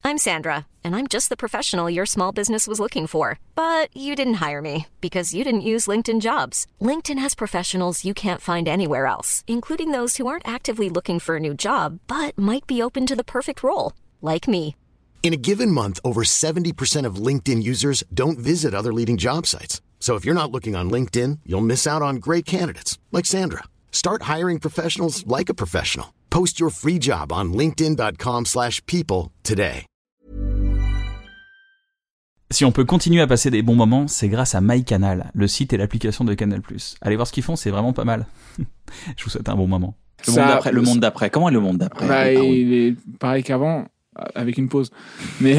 I'm Sandra, and I'm just the professional your small business was looking for. But you didn't hire me because you didn't use LinkedIn Jobs. LinkedIn has professionals you can't find anywhere else, including those who aren't actively looking for a new job, but might be open to the perfect role, like me. In a given month, over 70% of LinkedIn users don't visit other leading job sites. So if you're not looking on LinkedIn, you'll miss out on great candidates like Sandra. Start hiring professionals like a professional. Post your free job on linkedin.com/people today. Si on peut continuer à passer des bons moments, c'est grâce à MyCanal, le site et l'application de Canal+. Allez voir ce qu'ils font, c'est vraiment pas mal. Je vous souhaite un bon moment. Le monde d'après. Comment est le monde d'après? Il est pareil qu'avant, avec une pause. Mais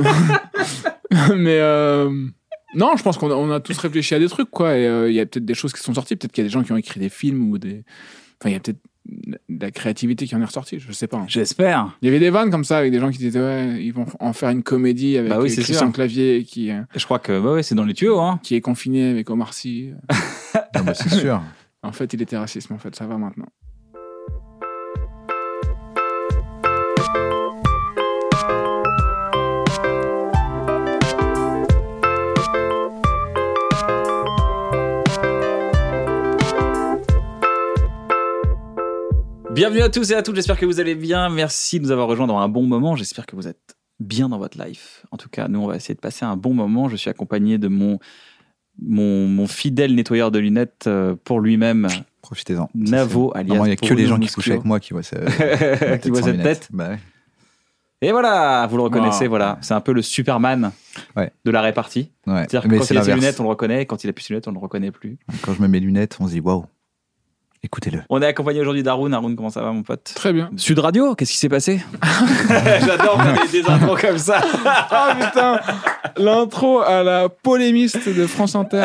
non, je pense qu'on a tous réfléchi à des trucs, quoi. Et il y a peut-être des choses qui sont sorties. Peut-être qu'il y a des gens qui ont écrit des films ou des. Enfin, il y a peut-être de la créativité qui en est ressortie. Je sais pas. Hein. J'espère. Il y avait des vannes comme ça avec des gens qui disaient ouais, ils vont en faire une comédie avec Christian Clavier qui. Je crois que c'est dans les tuyaux, hein. Qui est confiné avec Omar Sy. Non, bah, c'est sûr. En fait, il était raciste, mais en fait, ça va maintenant. Bienvenue à tous et à toutes, j'espère que vous allez bien. Merci de nous avoir rejoints dans un bon moment. J'espère que vous êtes bien dans votre life. En tout cas, nous, on va essayer de passer un bon moment. Je suis accompagné de mon fidèle nettoyeur de lunettes pour lui-même. Profitez-en. Navo, alias. Il n'y a que les gens qui couchent avec moi qui voient cette tête. Bah ouais. Et voilà, vous le reconnaissez, voilà. C'est un peu le Superman de la répartie. Ouais. C'est-à-dire que quand il a ses lunettes, on le reconnaît. Quand il a plus ses lunettes, on ne le reconnaît plus. Quand je mets mes lunettes, on se dit waouh. Écoutez-le. On est accompagné aujourd'hui d'Haroun. Haroun, comment ça va, mon pote? Très bien. Sud Radio, qu'est-ce qui s'est passé? J'adore des intros comme ça. Oh putain, l'intro à la polémiste de France Inter.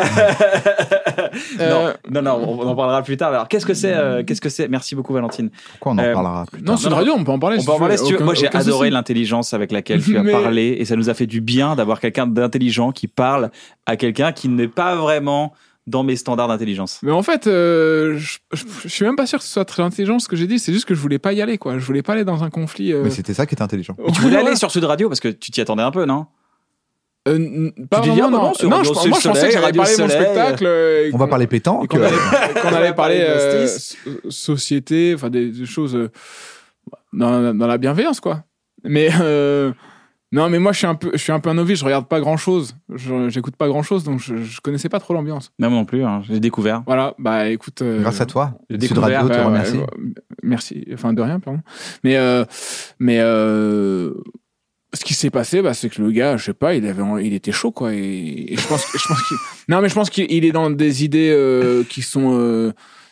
Non, on en parlera plus tard. Alors, qu'est-ce que c'est? Merci beaucoup, Valentine. Pourquoi on en parlera plus tard? Non, Sud Radio, on peut en parler. On peut en parler si tu veux. Moi, j'ai adoré l'intelligence avec laquelle tu as parlé, et ça nous a fait du bien d'avoir quelqu'un d'intelligent qui parle à quelqu'un qui n'est pas vraiment dans mes standards d'intelligence. Mais en fait, je suis même pas sûr que ce soit très intelligent ce que j'ai dit, c'est juste que je voulais pas y aller, quoi. Je voulais pas aller dans un conflit. Mais c'était ça qui était intelligent. Tu voulais aller sur Sud Radio parce que tu t'y attendais un peu, non? Pas vraiment, non. Moi, je pensais que j'allais parler de mon spectacle. On va parler pétanque. Qu'on allait parler société, enfin des choses dans la bienveillance, quoi. Mais non, mais moi je suis un peu un novice, je regarde pas grand chose, j'écoute pas grand chose, donc je connaissais pas trop l'ambiance. Même non plus, hein, j'ai découvert. Voilà, bah écoute. Grâce à toi, Sud Radio te remercie. Merci, enfin de rien, pardon. Mais ce qui s'est passé, c'est que le gars, je sais pas, il était chaud, quoi, et je pense qu'il est dans des idées qui sont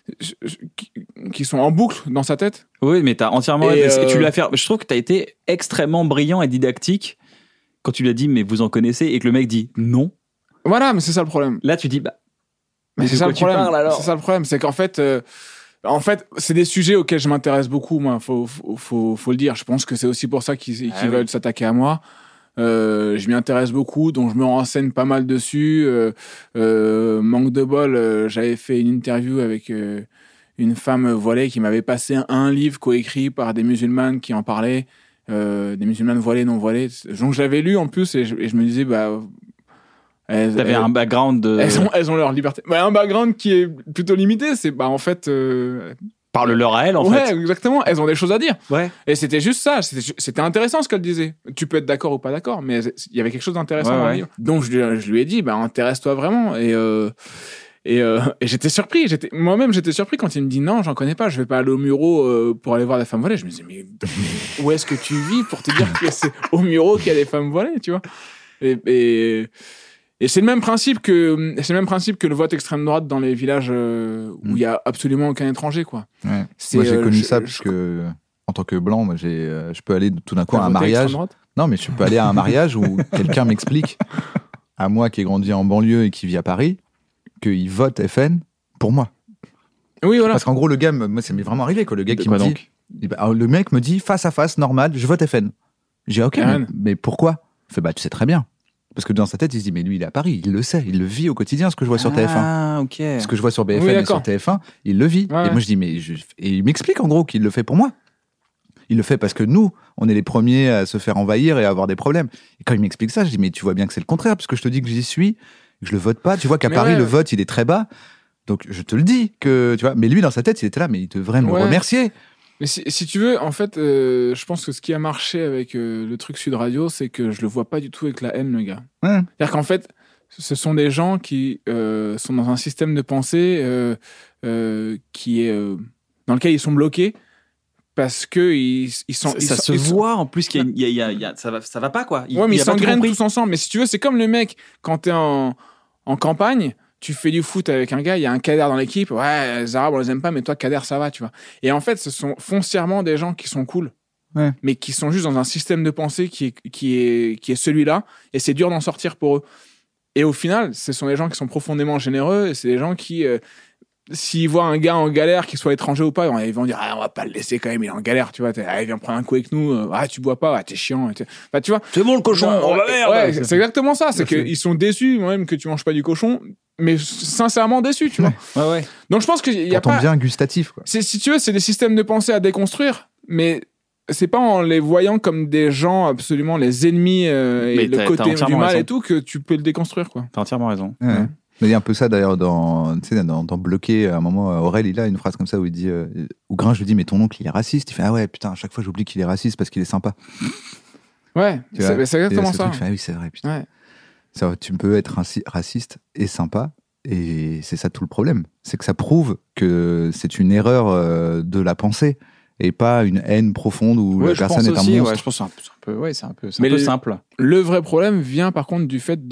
en boucle dans sa tête. Oui, mais t'as entièrement et tu l'as fait. Je trouve que t'as été extrêmement brillant et didactique quand tu lui as dit mais vous en connaissez et que le mec dit non. Voilà, mais c'est ça le problème. Là, tu dis mais c'est ça le problème. C'est ça le problème, c'est qu'en fait, c'est des sujets auxquels je m'intéresse beaucoup. Moi, faut le dire. Je pense que c'est aussi pour ça qu'ils veulent s'attaquer à moi. Je m'y intéresse beaucoup, donc je me renseigne pas mal dessus. Manque de bol, j'avais fait une interview avec une femme voilée qui m'avait passé un livre coécrit par des musulmanes qui en parlaient, des musulmanes voilées, non voilées. Donc je l'avais lu en plus et je me disais t'avais un background de... Elles ont leur liberté. Un background qui est plutôt limité. C'est en fait. Parle-leur à elles, en fait. Ouais, exactement. Elles ont des choses à dire. Ouais. Et c'était juste ça. C'était intéressant ce qu'elle disait. Tu peux être d'accord ou pas d'accord, mais il y avait quelque chose d'intéressant dans le livre. Donc je lui ai dit, intéresse-toi vraiment. Et j'étais surpris. Moi-même, j'étais surpris quand il me dit non, j'en connais pas. Je vais pas aller au Muro pour aller voir des femmes voilées. Je me disais, mais où est-ce que tu vis pour te dire que c'est au Muro qu'il y a des femmes voilées, tu vois? Et c'est le même principe que le vote extrême droite dans les villages où il y a absolument aucun étranger, quoi. Ouais. Moi j'ai connu ça parce que en tant que blanc, moi je peux aller tout d'un coup à un mariage. Non, mais je peux aller à un mariage où quelqu'un m'explique à moi qui ai grandi en banlieue et qui vit à Paris qu'il vote FN pour moi. Oui, voilà. Parce qu'en gros le gars, moi ça m'est vraiment arrivé quoi. Le gars qui me dit, le mec me dit face à face normal, je vote FN. J'ai dit, ok, mais pourquoi? Il fait tu sais très bien. Parce que dans sa tête, il se dit, mais lui, il est à Paris, il le sait, il le vit au quotidien, ce que je vois sur TF1. Ah, ok. Ce que je vois sur BFM et sur TF1, il le vit. Ouais. Et moi, je dis, et il m'explique en gros qu'il le fait pour moi. Il le fait parce que nous, on est les premiers à se faire envahir et à avoir des problèmes. Et quand il m'explique ça, je dis, mais tu vois bien que c'est le contraire, parce que je te dis que j'y suis, que je le vote pas. Tu vois qu'à Paris, le vote, il est très bas. Donc, je te le dis que, tu vois. Mais lui, dans sa tête, il était là, mais il devrait me remercier. Mais si tu veux, en fait, je pense que ce qui a marché avec le truc Sud Radio, c'est que je le vois pas du tout avec la haine, le gars. Ouais. C'est-à-dire qu'en fait, ce sont des gens qui sont dans un système de pensée qui est dans lequel ils sont bloqués parce que ils sont. Ça se voit en plus qu'il y a ça va pas quoi. Mais ils s'engrainent tous ensemble. Mais si tu veux, c'est comme le mec quand t'es en campagne. Tu fais du foot avec un gars, il y a un Kader dans l'équipe. Ouais, les Arabes, on les aime pas, mais toi, Kader, ça va, tu vois. Et en fait, ce sont foncièrement des gens qui sont cool, mais qui sont juste dans un système de pensée qui est celui-là, et c'est dur d'en sortir pour eux. Et au final, ce sont des gens qui sont profondément généreux, et c'est des gens qui, s'ils voient un gars en galère, qu'il soit étranger ou pas, ils vont dire, on va pas le laisser quand même, il est en galère, tu vois. Il vient prendre un coup avec nous, tu bois pas, t'es chiant. Bah, tu vois. C'est bon le cochon, on va merde. Ouais, c'est exactement ça. C'est qu'ils sont déçus, même que tu manges pas du cochon, mais sincèrement déçus, tu vois. Ouais. Donc je pense qu'il y a pas. bien gustatif, quoi. Si tu veux, c'est des systèmes de pensée à déconstruire, mais c'est pas en les voyant comme des gens absolument les ennemis et le côté du mal et tout que tu peux le déconstruire, quoi. T'as entièrement raison. Ouais. Mais il y a un peu ça d'ailleurs dans Bloqué, à un moment, Aurel, il a une phrase comme ça où il dit, où Grinch lui dit, mais ton oncle il est raciste. Il fait, ah ouais, putain, à chaque fois j'oublie qu'il est raciste parce qu'il est sympa. Ouais, c'est exactement ça. Truc, oui, c'est vrai, putain. Ouais. Ça, tu peux être raciste et sympa, et c'est ça tout le problème. C'est que ça prouve que c'est une erreur de la pensée et pas une haine profonde où la personne est un monstre. Ouais, je pense que c'est un peu simple. Le vrai problème vient par contre du fait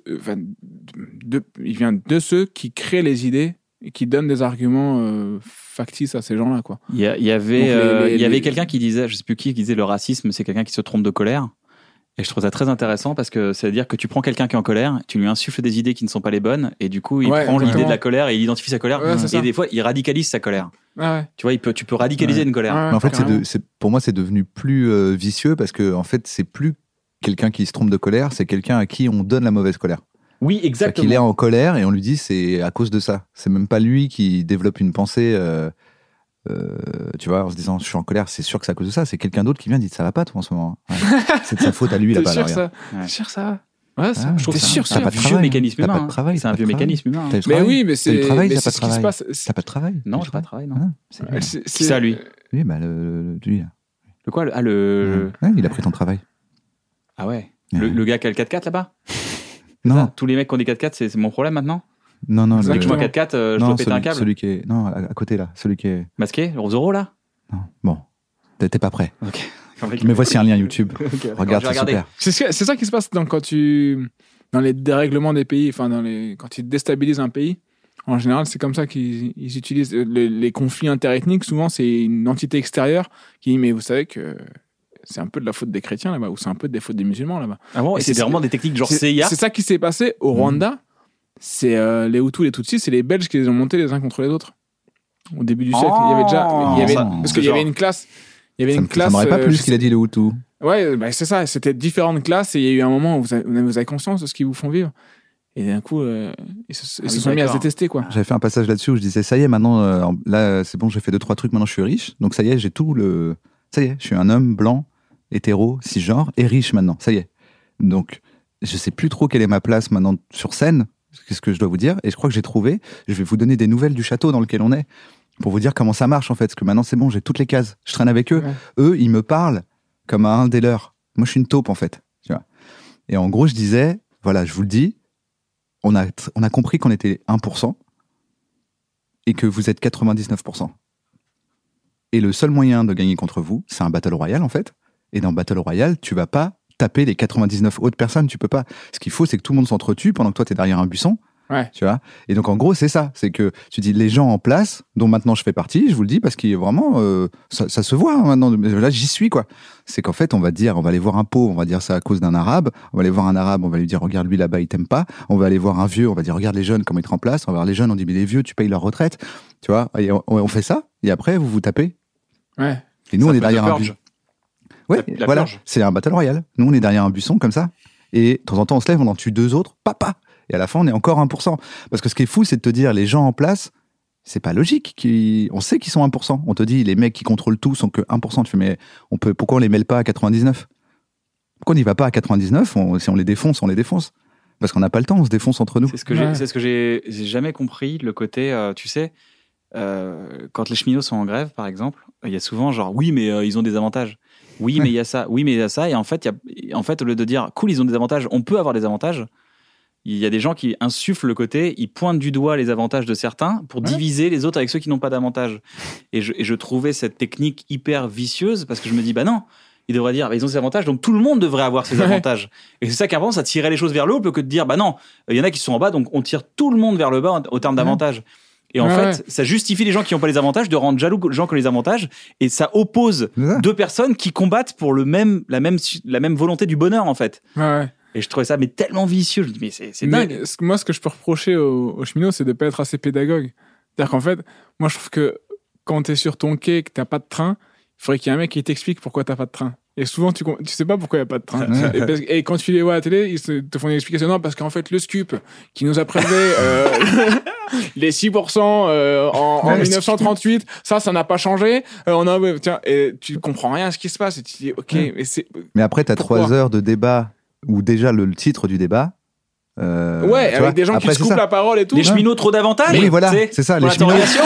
il vient de ceux qui créent les idées et qui donnent des arguments factices à ces gens-là, quoi. Il y avait quelqu'un qui disait, je sais plus qui disait, le racisme, c'est quelqu'un qui se trompe de colère. Et je trouve ça très intéressant parce que ça veut dire que tu prends quelqu'un qui est en colère, tu lui insuffles des idées qui ne sont pas les bonnes, et du coup, il prend l'idée de la colère et il identifie sa colère. Et des fois, il radicalise sa colère. Tu vois, tu peux radicaliser une colère. Mais en fait, pour moi, c'est devenu plus vicieux parce que, en fait, c'est plus quelqu'un qui se trompe de colère, c'est quelqu'un à qui on donne la mauvaise colère. Oui, exactement. Il est en colère et on lui dit c'est à cause de ça. C'est même pas lui qui développe une pensée. Tu vois, en se disant je suis en colère, c'est sûr que c'est à cause de ça. C'est quelqu'un d'autre qui vient et dit ça va pas toi en ce moment. Ouais. C'est de sa faute à lui là-bas. C'est sûr ça. Ouais, je trouve c'est un vieux mécanisme humain. C'est un vieux mécanisme humain. Mais oui, mais c'est le travail, t'as pas de ce qui se passe. T'as pas de travail. Non, j'ai pas de travail, non. C'est ça lui. Oui, bah lui là. Le quoi le il a pris ton travail. Ah ouais. Le gars qui a le 4x4 là-bas. Non. Tous les mecs qui ont des 4x4, c'est mon problème maintenant. Non. Dès que je vois 4x4, je dois péter un câble. Celui qui est à côté là, celui qui est masqué, le Zoro là. Non. Bon, t'es pas prêt. Ok. Mais voici un lien YouTube. Regarde, c'est super. C'est ça qui se passe dans les dérèglements des pays, quand ils déstabilisent un pays. En général, c'est comme ça qu'ils utilisent les conflits interethniques. Souvent, c'est une entité extérieure qui dit mais vous savez que c'est un peu de la faute des chrétiens là-bas, ou c'est un peu de la faute des musulmans là-bas. Ah bon, et c'est vraiment des techniques genre CIA. C'est ça qui s'est passé au Rwanda. C'est les Hutus, les Tutsis, c'est les Belges qui les ont montés les uns contre les autres. Au début du siècle, parce qu'il y avait une classe. Ça m'aurait pas plu ce qu'il a dit, les Hutus. Ouais, c'est ça. C'était différentes classes et il y a eu un moment où vous avez conscience de ce qu'ils vous font vivre. Et d'un coup, ils se sont mis à se détester, quoi. J'avais fait un passage là-dessus où je disais, ça y est, maintenant, là, c'est bon, j'ai fait 2-3 trucs, maintenant je suis riche. Donc ça y est, ça y est, je suis un homme blanc, hétéro, cisgenre et riche maintenant. Ça y est. Donc, je sais plus trop quelle est ma place maintenant sur scène. Qu'est-ce que je dois vous dire? Et je crois que j'ai trouvé. Je vais vous donner des nouvelles du château dans lequel on est pour vous dire comment ça marche, en fait. Parce que maintenant, c'est bon, j'ai toutes les cases. Je traîne avec eux. Ouais. Eux, ils me parlent comme à un des leurs. Moi, je suis une taupe, en fait. Tu vois. Et en gros, je disais, voilà, je vous le dis, on a compris qu'on était 1% et que vous êtes 99%. Et le seul moyen de gagner contre vous, c'est un Battle Royale, en fait. Et dans Battle Royale, tu vas pas taper les 99 autres personnes, tu peux pas. Ce qu'il faut, c'est que tout le monde s'entretue pendant que toi, t'es derrière un buisson. Ouais. Tu vois. Et donc, en gros, c'est ça. C'est que tu dis, les gens en place, dont maintenant je fais partie, je vous le dis, parce qu'il y a vraiment, ça se voit hein, maintenant. Là, j'y suis, quoi. C'est qu'en fait, on va aller voir un pauvre, on va dire ça à cause d'un arabe. On va aller voir un arabe, on va lui dire, regarde, lui là-bas, il t'aime pas. On va aller voir un vieux, on va dire, regarde les jeunes, comment ils te remplacent. On va voir les jeunes, on dit, mais les vieux, tu payes leur retraite. Tu vois. Et on fait ça. Et après, vous vous tapez. Ouais. Et nous, on est derrière un buisson. Ouais, voilà. C'est un Battle Royale. Nous, on est derrière un buisson, comme ça. Et de temps en temps, on se lève, on en tue 2 autres. Papa! Et à la fin, on est encore 1%. Parce que ce qui est fou, c'est de te dire, les gens en place, c'est pas logique. On sait qu'ils sont 1%. On te dit, les mecs qui contrôlent tout sont que 1%. Tu fais, mais pourquoi on les mêle pas à 99 ? Pourquoi on n'y va pas à 99 ? Si on les défonce, on les défonce. Parce qu'on n'a pas le temps, on se défonce entre nous. C'est ce que j'ai jamais compris, le côté, tu sais, quand les cheminots sont en grève, par exemple, il y a souvent genre, oui, mais ils ont des avantages. Oui, mais il y a ça. Oui, mais il y a ça. Et en fait, au lieu de dire, cool, ils ont des avantages, on peut avoir des avantages, il y a des gens qui insufflent le côté, ils pointent du doigt les avantages de certains pour diviser les autres avec ceux qui n'ont pas d'avantages. Et je trouvais cette technique hyper vicieuse parce que je me dis, bah non, ils devraient dire, bah, ils ont ces avantages, donc tout le monde devrait avoir ces avantages. Et c'est ça qu'avant, ça tirait les choses vers le haut plutôt que de dire, bah non, il y en a qui sont en bas, donc on tire tout le monde vers le bas au terme d'avantages. Et en fait, ça justifie les gens qui n'ont pas les avantages de rendre jaloux les gens qui ont les avantages, et ça oppose deux personnes qui combattent pour la même volonté du bonheur, en fait. Et je trouvais ça tellement vicieux. Je me dis, mais c'est dingue. Moi, ce que je peux reprocher aux cheminots, c'est de ne pas être assez pédagogue. C'est-à-dire qu'en fait, moi, je trouve que quand tu es sur ton quai et que tu n'as pas de train, il faudrait qu'il y ait un mec qui t'explique pourquoi tu n'as pas de train. Et souvent, tu sais pas pourquoi il n'y a pas de train. Et quand tu les vois à la télé, ils te font une explication. Non, parce qu'en fait, le SCUP, qui nous a prélevé les 6% en 1938, ça n'a pas changé. Tiens, et tu comprends rien à ce qui se passe. Et tu dis, ok, mais après, tu as 3 heures de débat, où déjà le titre du débat. Avec des gens qui se coupent la parole et tout. Les cheminots, trop d'avantages. Oui, voilà, c'est ça. Les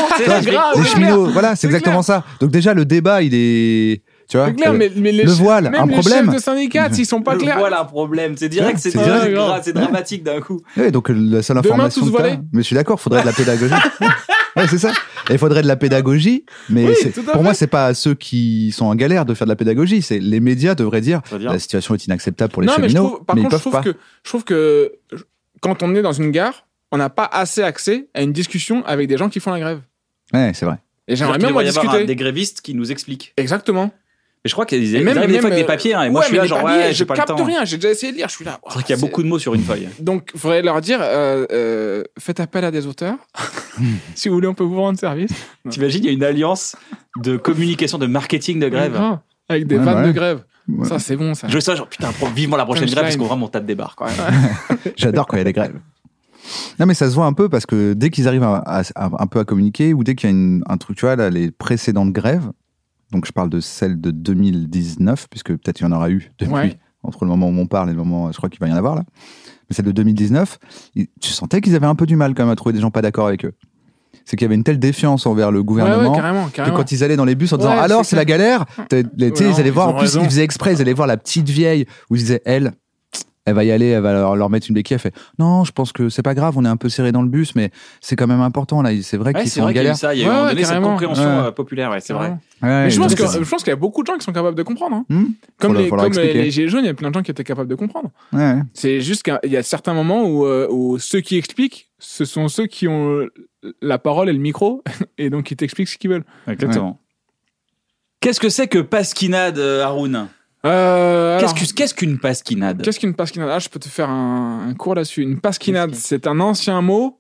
cheminots, voilà, c'est exactement ça. Donc déjà, le débat, il est... Tu vois, clair, mais le voile, un problème. Les chefs de syndicats, s'ils sont pas clairs. Le voile, un problème. C'est direct, c'est dramatique d'un coup. Oui, donc la seule information que t'as... Mais je suis d'accord, il faudrait de la pédagogie. Ouais, c'est ça. Et il faudrait de la pédagogie, mais pour moi, c'est pas ceux qui sont en galère de faire de la pédagogie. C'est les médias devraient dire la situation est inacceptable pour les cheminots. Par contre, je trouve que quand on est dans une gare, on n'a pas assez accès à une discussion avec des gens qui font la grève. Ouais, c'est vrai. Et j'aimerais bien discuter. Il y avoir des grévistes qui nous expliquent. Exactement. Mais je crois qu'il y a des fois avec des papiers, hein, et moi je suis là genre je capte rien, j'ai déjà essayé de lire, je suis là. C'est vrai qu'il y a beaucoup de mots sur une feuille. Donc il faudrait leur dire faites appel à des auteurs. Si vous voulez, on peut vous rendre service. T'imagines, il y a une alliance de communication, de marketing de grève. Avec des vannes de grève. Ouais. Ça, c'est bon, ça. Je veux ça, genre putain, vivement la prochaine grève, parce qu'on vraiment tape des barres quand même. J'adore quand il y a des grèves. Non, mais ça se voit un peu parce que dès qu'ils arrivent un peu à communiquer, ou dès qu'il y a un truc, tu vois, là, les précédentes grèves, donc je parle de celle de 2019, puisque peut-être il y en aura eu depuis, entre le moment où on parle et le moment, je crois qu'il va y en avoir là. Mais celle de 2019, tu sentais qu'ils avaient un peu du mal quand même à trouver des gens pas d'accord avec eux. C'est qu'il y avait une telle défiance envers le gouvernement carrément. que quand ils allaient dans les bus en disant alors c'est la galère, ils allaient voir, en plus ils faisaient exprès, ils allaient voir la petite vieille où ils disaient elle va y aller, elle va leur mettre une béquille, elle fait non, je pense que c'est pas grave, on est un peu serré dans le bus, mais c'est quand même important là, c'est vrai qu'ils sont en galère. Il y a eu ça, il y a eu cette compréhension populaire, c'est vrai. Mais je pense qu'il y a beaucoup de gens qui sont capables de comprendre. Comme les Gilets jaunes, il y a plein de gens qui étaient capables de comprendre. C'est juste qu'il y a certains moments où ceux qui expliquent, ce sont ceux qui ont la parole et le micro, et donc ils t'expliquent ce qu'ils veulent. Exactement. Qu'est-ce que c'est que pasquinade, Haroun ? Qu'est-ce qu'une pasquinade ? Qu'est-ce qu'une pasquinade ? Je peux te faire un cours là-dessus. Une pasquinade, c'est un ancien mot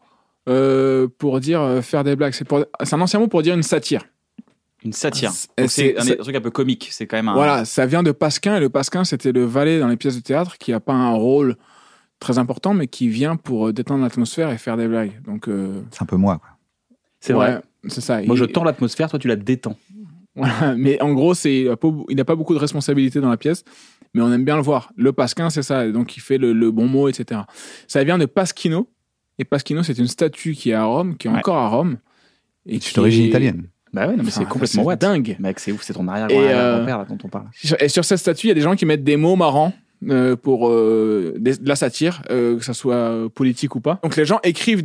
pour dire faire des blagues. C'est un ancien mot pour dire une satire. Une satire. Donc c'est un truc un peu comique. C'est quand même Voilà, ça vient de Pasquin. Et le Pasquin, c'était le valet dans les pièces de théâtre qui n'a pas un rôle très important, mais qui vient pour détendre l'atmosphère et faire des blagues. Donc, c'est un peu moi, quoi. C'est vrai. C'est ça. Moi, je tends l'atmosphère, toi, tu la détends. Voilà, mais en gros, il n'a pas beaucoup de responsabilité dans la pièce, mais on aime bien le voir. Le Pasquin, c'est ça, donc il fait le bon mot, etc. Ça vient de Pasquino, et Pasquino, c'est une statue qui est à Rome, qui est encore à Rome. Et c'est d'origine italienne. Bah ouais, non, mais c'est complètement dingue. Mec, c'est ouf, c'est ton arrière-grand-père là dont on parle. Et sur cette statue, il y a des gens qui mettent des mots marrants pour de la satire, que ça soit politique ou pas. Donc les gens écrivent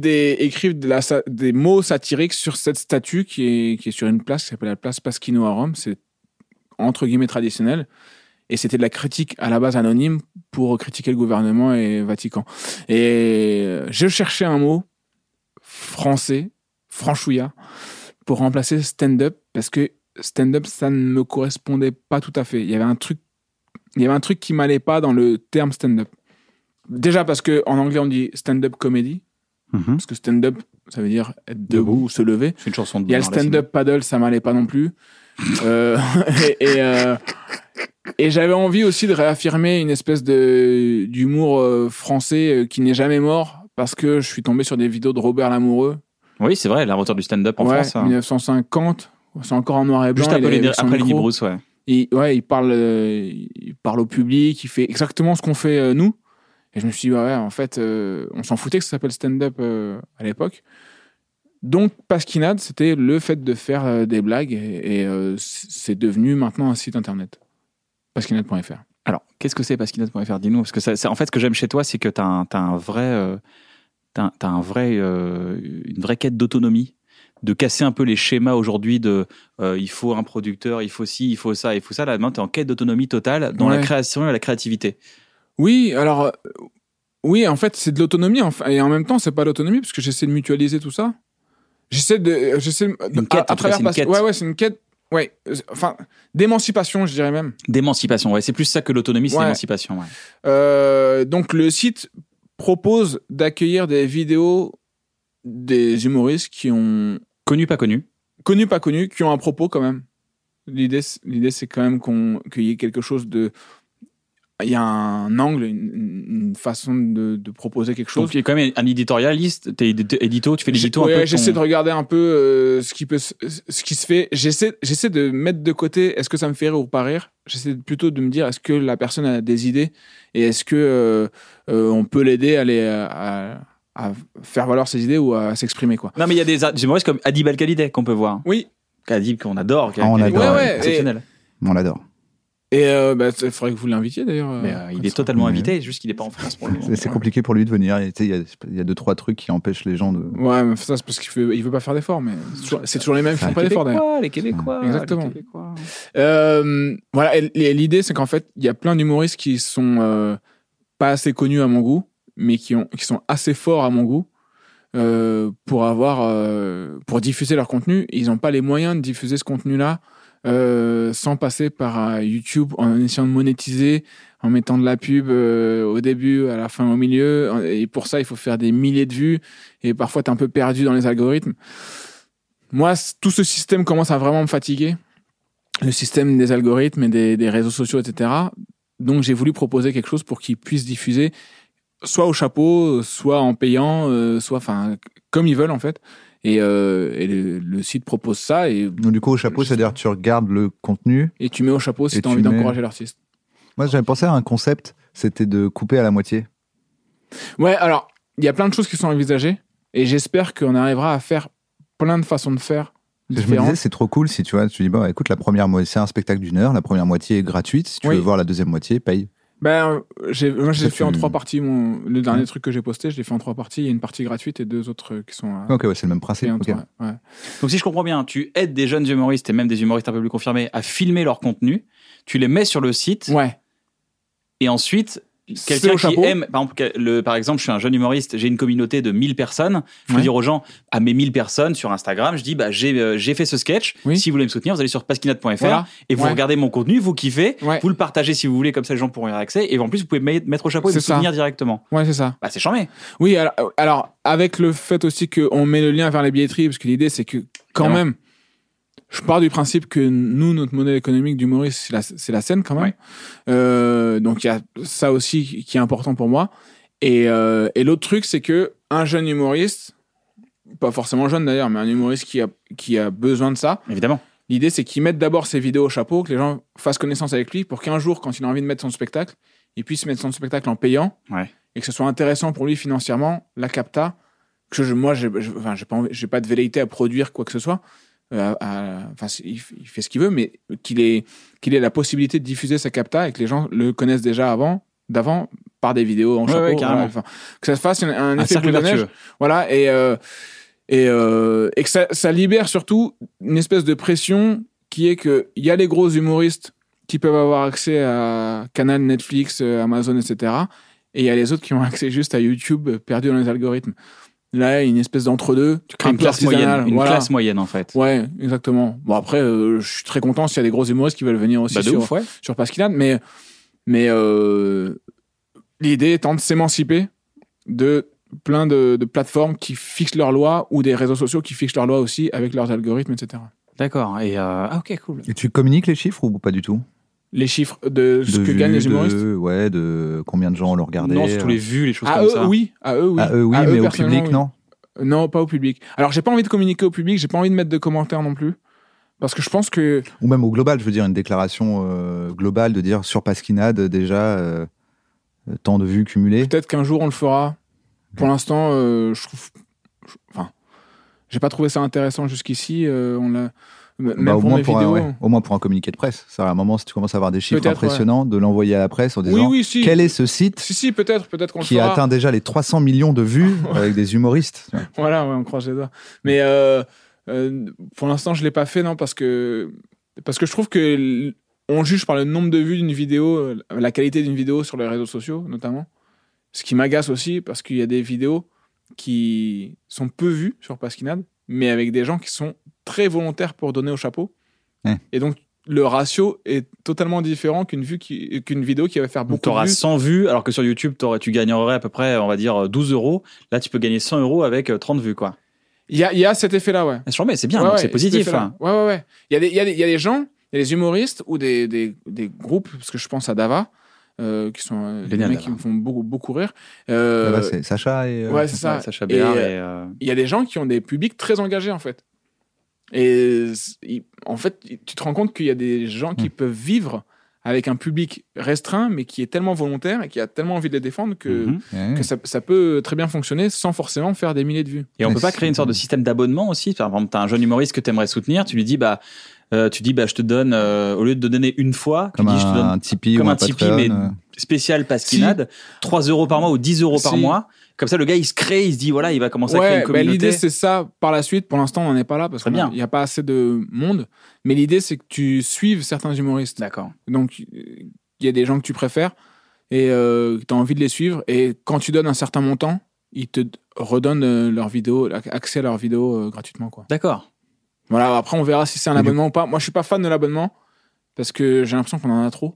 des mots satiriques sur cette statue qui est sur une place qui s'appelle la place Pasquino à Rome. C'est entre guillemets traditionnel. Et c'était de la critique à la base anonyme pour critiquer le gouvernement et le Vatican. Et je cherchais un mot français, franchouillard, pour remplacer stand-up, parce que stand-up, ça ne me correspondait pas tout à fait. Il y avait un truc qui m'allait pas dans le terme stand-up. Déjà parce que en anglais on dit stand-up comedy, parce que stand-up ça veut dire être debout ou se lever. C'est une chanson de. Il y a le stand-up paddle, ça m'allait pas non plus. Et j'avais envie aussi de réaffirmer une espèce d'humour français qui n'est jamais mort, parce que je suis tombé sur des vidéos de Robert Lamoureux. Oui, c'est vrai, l'inventeur du stand-up en France. 1950, c'est encore en noir et blanc. Juste après Lenny Bruce, ouais. Il parle au public, il fait exactement ce qu'on fait nous. Et je me suis dit, en fait, on s'en foutait que ça s'appelle stand-up à l'époque. Donc, Pasquinade, c'était le fait de faire des blagues et c'est devenu maintenant un site internet. Pasquinade.fr. Alors, qu'est-ce que c'est Pasquinade.fr? Dis-nous, parce que c'est en fait, ce que j'aime chez toi, c'est que t'as une vraie quête d'autonomie, de casser un peu les schémas aujourd'hui de il faut un producteur, il faut ci, il faut ça, il faut ça. Là, maintenant, t'es en quête d'autonomie totale dans la création et la créativité. Oui, alors, en fait, c'est de l'autonomie, et en même temps, c'est pas l'autonomie, parce que j'essaie de mutualiser tout ça. Une quête, Ouais, c'est une quête. Ouais, enfin, d'émancipation, je dirais même. D'émancipation, ouais. C'est plus ça que l'autonomie, c'est l'émancipation, ouais. Donc, le site propose d'accueillir des vidéos des humoristes qui ont... Connus, pas connus, qui ont un propos quand même. L'idée c'est quand même qu'il y ait quelque chose de... Il y a un angle, une façon de proposer quelque chose. Donc, il y a quand même un éditorialiste, t'es édito, tu fais l'édito un peu. J'essaie de regarder un peu ce qui se fait. J'essaie de mettre de côté, est-ce que ça me fait rire ou pas rire. J'essaie plutôt de me dire, est-ce que la personne a des idées et est-ce que on peut l'aider à faire valoir ses idées ou à s'exprimer, quoi. Non, mais il y a des humoristes comme Adib Al-Khalideh qu'on peut voir. Oui. Adib qu'on adore. On l'adore. Exceptionnel. On l'adore. Et il faudrait que vous l'invitiez d'ailleurs. Mais il est totalement invité, juste qu'il n'est pas en France pour le moment. C'est compliqué pour lui de venir. Il y a 2-3 trucs qui empêchent les gens de. Ouais, mais ça c'est parce qu'il veut pas faire d'efforts, mais c'est toujours les mêmes qui font pas d'efforts d'ailleurs. Les Québécois. Exactement. Voilà, et l'idée c'est qu'en fait il y a plein d'humoristes qui sont pas assez connus à mon goût, mais qui sont assez forts à mon goût pour diffuser leur contenu. Ils n'ont pas les moyens de diffuser ce contenu-là. Sans passer par YouTube, en essayant de monétiser, en mettant de la pub au début, à la fin, au milieu. Et pour ça, il faut faire des milliers de vues. Et parfois, t'es un peu perdu dans les algorithmes. Moi, tout ce système commence à vraiment me fatiguer. Le système des algorithmes et des réseaux sociaux, etc. Donc, j'ai voulu proposer quelque chose pour qu'ils puissent diffuser soit au chapeau, soit en payant, comme ils veulent, en fait. Et le site propose ça. Et donc, du coup, au chapeau, c'est-à-dire tu regardes le contenu. Et tu mets au chapeau si tu as envie d'encourager l'artiste. Moi, j'avais pensé à un concept, c'était de couper à la moitié. Ouais, alors, il y a plein de choses qui sont envisagées. Et j'espère qu'on arrivera à faire plein de façons de faire différentes. Je me disais, c'est trop cool si tu dis, écoute, la première moitié, c'est un spectacle d'1 heure, la première moitié est gratuite. Si tu veux voir la deuxième moitié, paye. Moi, j'ai fait en 3 parties. Le dernier truc que j'ai posté, je l'ai fait en 3 parties. Il y a une partie gratuite et 2 autres qui sont... Ok, c'est le même principe. Okay. Ouais. Donc, si je comprends bien, tu aides des jeunes humoristes et même des humoristes un peu plus confirmés à filmer leur contenu. Tu les mets sur le site. Ouais. Et ensuite... Quelqu'un qui aime, par exemple, je suis un jeune humoriste, j'ai une communauté de 1000 personnes. Je peux dire aux gens, à mes 1000 personnes sur Instagram, je dis, j'ai fait ce sketch. Oui. Si vous voulez me soutenir, vous allez sur pasquinade.fr et vous regardez mon contenu, vous kiffez, vous le partagez si vous voulez, comme ça les gens pourront y avoir accès. Et en plus, vous pouvez mettre au chapeau et me soutenir directement. Ouais, c'est ça. C'est charmé. Oui, alors, avec le fait aussi qu'on met le lien vers les billetteries, parce que l'idée, c'est que quand même, je pars du principe que nous, notre modèle économique d'humoriste, c'est la scène quand même. Ouais. Donc il y a ça aussi qui est important pour moi. Et l'autre truc, c'est que un jeune humoriste, pas forcément jeune d'ailleurs, mais un humoriste qui a besoin de ça. Évidemment. L'idée, c'est qu'il mette d'abord ses vidéos au chapeau, que les gens fassent connaissance avec lui, pour qu'un jour, quand il a envie de mettre son spectacle, il puisse mettre son spectacle en payant, et que ce soit intéressant pour lui financièrement, la capta. Moi, j'ai pas de velléité à produire quoi que ce soit. Il fait ce qu'il veut, mais qu'il ait la possibilité de diffuser sa capta et que les gens le connaissent déjà d'avant par des vidéos en chapeau, que ça fasse un effet boule de neige, voilà, et que ça libère surtout une espèce de pression qui est que il y a les gros humoristes qui peuvent avoir accès à Canal, Netflix, Amazon, etc. Et il y a les autres qui ont accès juste à YouTube, perdus dans les algorithmes. Là, une espèce d'entre-deux. Tu crées une classe moyenne. Une classe moyenne, en fait. Ouais, exactement. Bon, après, je suis très content s'il y a des gros humoristes qui veulent venir aussi sur Pasquinade, mais l'idée étant de s'émanciper de plein de plateformes qui fixent leurs lois ou des réseaux sociaux qui fixent leurs lois aussi avec leurs algorithmes, etc. D'accord. Et ok, cool. Et tu communiques les chiffres ou pas du tout? Les chiffres de ce que gagnent les humoristes, de combien de gens le regardaient. Non, c'est tous les vues, les choses comme ça. À eux, oui. Mais au public, non. Non, pas au public. Alors, j'ai pas envie de communiquer au public, j'ai pas envie de mettre de commentaires non plus. Parce que je pense que... Ou même au global, je veux dire, une déclaration globale de dire sur Pasquinade, déjà, tant de vues cumulées. Peut-être qu'un jour, on le fera. Pour l'instant, je trouve... Enfin, j'ai pas trouvé ça intéressant jusqu'ici. On l'a... Même pour mes vidéos. Au moins pour un communiqué de presse. Ça, à un moment, si tu commences à avoir des chiffres impressionnants, de l'envoyer à la presse en disant si. Quel est ce site peut-être qu'on qui le fera. atteint déjà les 300 millions de vues avec des humoristes. Voilà, on croise les doigts. Mais pour l'instant, je l'ai pas fait, non, parce que je trouve que on juge par le nombre de vues d'une vidéo, la qualité d'une vidéo sur les réseaux sociaux, notamment. Ce qui m'agace aussi, parce qu'il y a des vidéos qui sont peu vues sur Pasquinade, mais avec des gens qui sont très volontaires pour donner au chapeau. Et donc, le ratio est totalement différent qu'une vidéo qui va faire beaucoup de vues. Tu auras 100 vues, alors que sur YouTube, tu gagnerais à peu près, on va dire, 12 €. Là, tu peux gagner 100 € avec 30 vues, quoi. Il y a cet effet-là, ouais. Mais c'est bien, donc c'est positif. Ouais. Il y a des gens, il y a des humoristes ou des groupes, parce que je pense à Dava, qui sont des mecs qui me font beaucoup rire. Là, c'est Sacha et... Ouais, c'est ça. Sacha Béard il y a des gens qui ont des publics très engagés, en fait. Et en fait, tu te rends compte qu'il y a des gens qui peuvent vivre avec un public restreint, mais qui est tellement volontaire et qui a tellement envie de les défendre que ça peut très bien fonctionner sans forcément faire des milliers de vues. Et on peut pas créer une sorte de système d'abonnement aussi. Par exemple, tu as un jeune humoriste que tu aimerais soutenir, tu lui dis je te donne, au lieu de donner une fois, comme je te donne un Tipeee comme ou un Tipeee, mais spécial Pasquinade, 3 € par mois ou 10 € par mois. Comme ça, le gars, il se crée, il se dit, voilà, il va commencer à créer une communauté. L'idée, c'est ça. Par la suite, pour l'instant, on n'en est pas là parce qu'il n'y a pas assez de monde. Mais l'idée, c'est que tu suives certains humoristes. D'accord. Donc, il y a des gens que tu préfères et que tu as envie de les suivre. Et quand tu donnes un certain montant, ils te redonnent accès à leurs vidéos gratuitement, quoi. D'accord. Voilà, après, on verra si c'est un abonnement ou pas. Moi, je ne suis pas fan de l'abonnement parce que j'ai l'impression qu'on en a trop.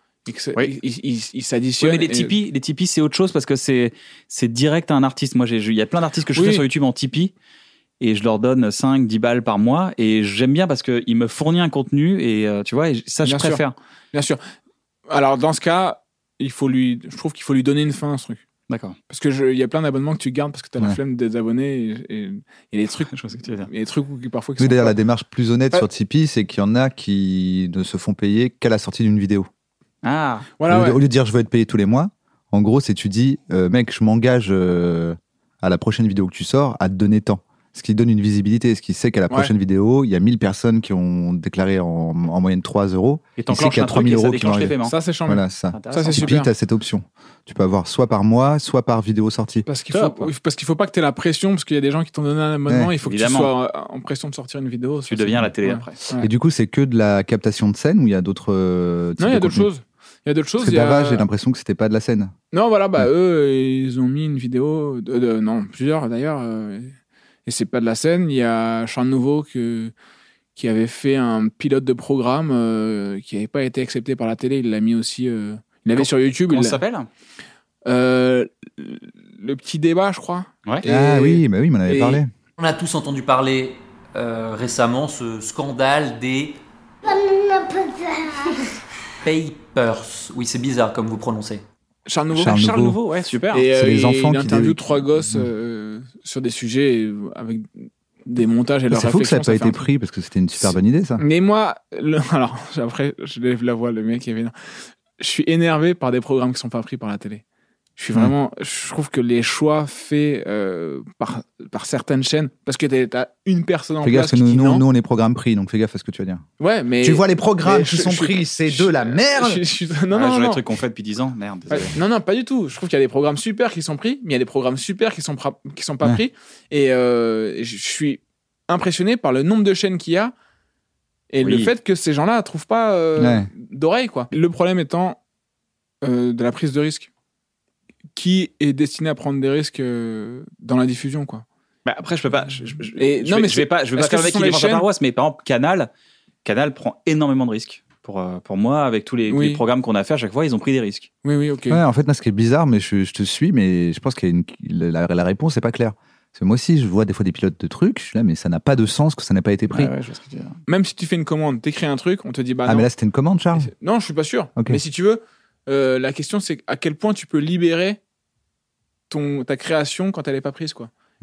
Il s'additionne. Oui, mais les Tipeee, c'est autre chose parce que c'est direct à un artiste. Moi, il y a plein d'artistes que je fais sur YouTube en Tipeee et je leur donne 5-10 balles par mois et j'aime bien parce qu'il me fournit un contenu et tu vois, ça, je préfère. Bien sûr. Alors, dans ce cas, je trouve qu'il faut lui donner une fin à ce truc. D'accord. Parce que il y a plein d'abonnements que tu gardes parce que tu as la flemme des abonnés et les trucs. Je sais ce que tu veux dire. Et les trucs qui parfois. Oui, d'ailleurs, la démarche plus honnête sur Tipeee, c'est qu'il y en a qui ne se font payer qu'à la sortie d'une vidéo. Ah, voilà, au lieu de dire je veux être payé tous les mois, en gros, c'est tu dis mec, je m'engage à la prochaine vidéo que tu sors à te donner tant. Ce qui donne une visibilité, ce qui sait qu'à la prochaine vidéo, il y a 1000 personnes qui ont déclaré en moyenne 3 €. Et t'enclenches qu'il y a 3000 € qui vont arriver. Ça, c'est chiant. Voilà, ça c'est super. Tu as cette option. Tu peux avoir soit par mois, soit par vidéo sortie. Parce qu'il faut pas que tu aies la pression, parce qu'il y a des gens qui t'ont donné un abonnement, il faut que tu sois en pression de sortir une vidéo. Tu deviens la télé après. Et du coup, c'est que de la captation de scène ou il y a d'autres Non, il y a d'autres choses. Il y a d'autres choses. Parce que Dava, j'ai l'impression que c'était pas de la scène. Non, voilà, eux, ils ont mis une vidéo, non, plusieurs d'ailleurs, et c'est pas de la scène. Il y a Charles Nouveau qui avait fait un pilote de programme qui n'avait pas été accepté par la télé. Il l'a mis aussi. Il l'avait sur YouTube. Comment ça s'appelle Le petit débat, je crois. Ouais. Oui, il m'en avait parlé. On a tous entendu parler récemment ce scandale des Papers. Oui, c'est bizarre comme vous prononcez. Charles Nouveau, ouais, super. Et c'est les enfants qui interviewent 3 gosses sur des sujets avec des montages et leurs réflexions. C'est fou que ça n'ait pas été pris parce que c'était une super bonne idée, ça. Mais moi, alors après, je lève la voix, le mec est vénère. Je suis énervé par des programmes qui sont pas pris par la télé. Je trouve que les choix faits par certaines chaînes, parce que t'as une personne en place qui dit non. Nous, on est programme pris, donc fais gaffe à ce que tu vas dire. Ouais, mais tu vois les programmes qui sont pris, c'est de la merde. Non, les trucs qu'on fait depuis 10 ans, merde. Non, pas du tout. Je trouve qu'il y a des programmes super qui sont pris, mais il y a des programmes super qui sont pas pris. Et je suis impressionné par le nombre de chaînes qu'il y a et le fait que ces gens-là trouvent pas d'oreille, quoi. Le problème étant de la prise de risque. Qui est destiné à prendre des risques dans la diffusion, quoi. Après, je peux pas. Je vais pas faire le mec qui défend sa paroisse, mais par exemple, Canal prend énormément de risques. Pour moi, avec tous les programmes qu'on a fait à chaque fois, ils ont pris des risques. Oui, ok. Ouais, en fait, là, ce qui est bizarre, mais je te suis, mais je pense que la réponse n'est pas claire. Parce que moi aussi, je vois des fois des pilotes de trucs, je suis là, mais ça n'a pas de sens que ça n'ait pas été pris. Ouais, je vois ce que tu veux dire. Même si tu fais une commande, t'écris un truc, on te dit non. Mais là, c'était une commande, Charles ? Non, je suis pas sûr. Okay. Mais si tu veux, la question, c'est à quel point tu peux libérer ta création quand elle est pas prise, quoi.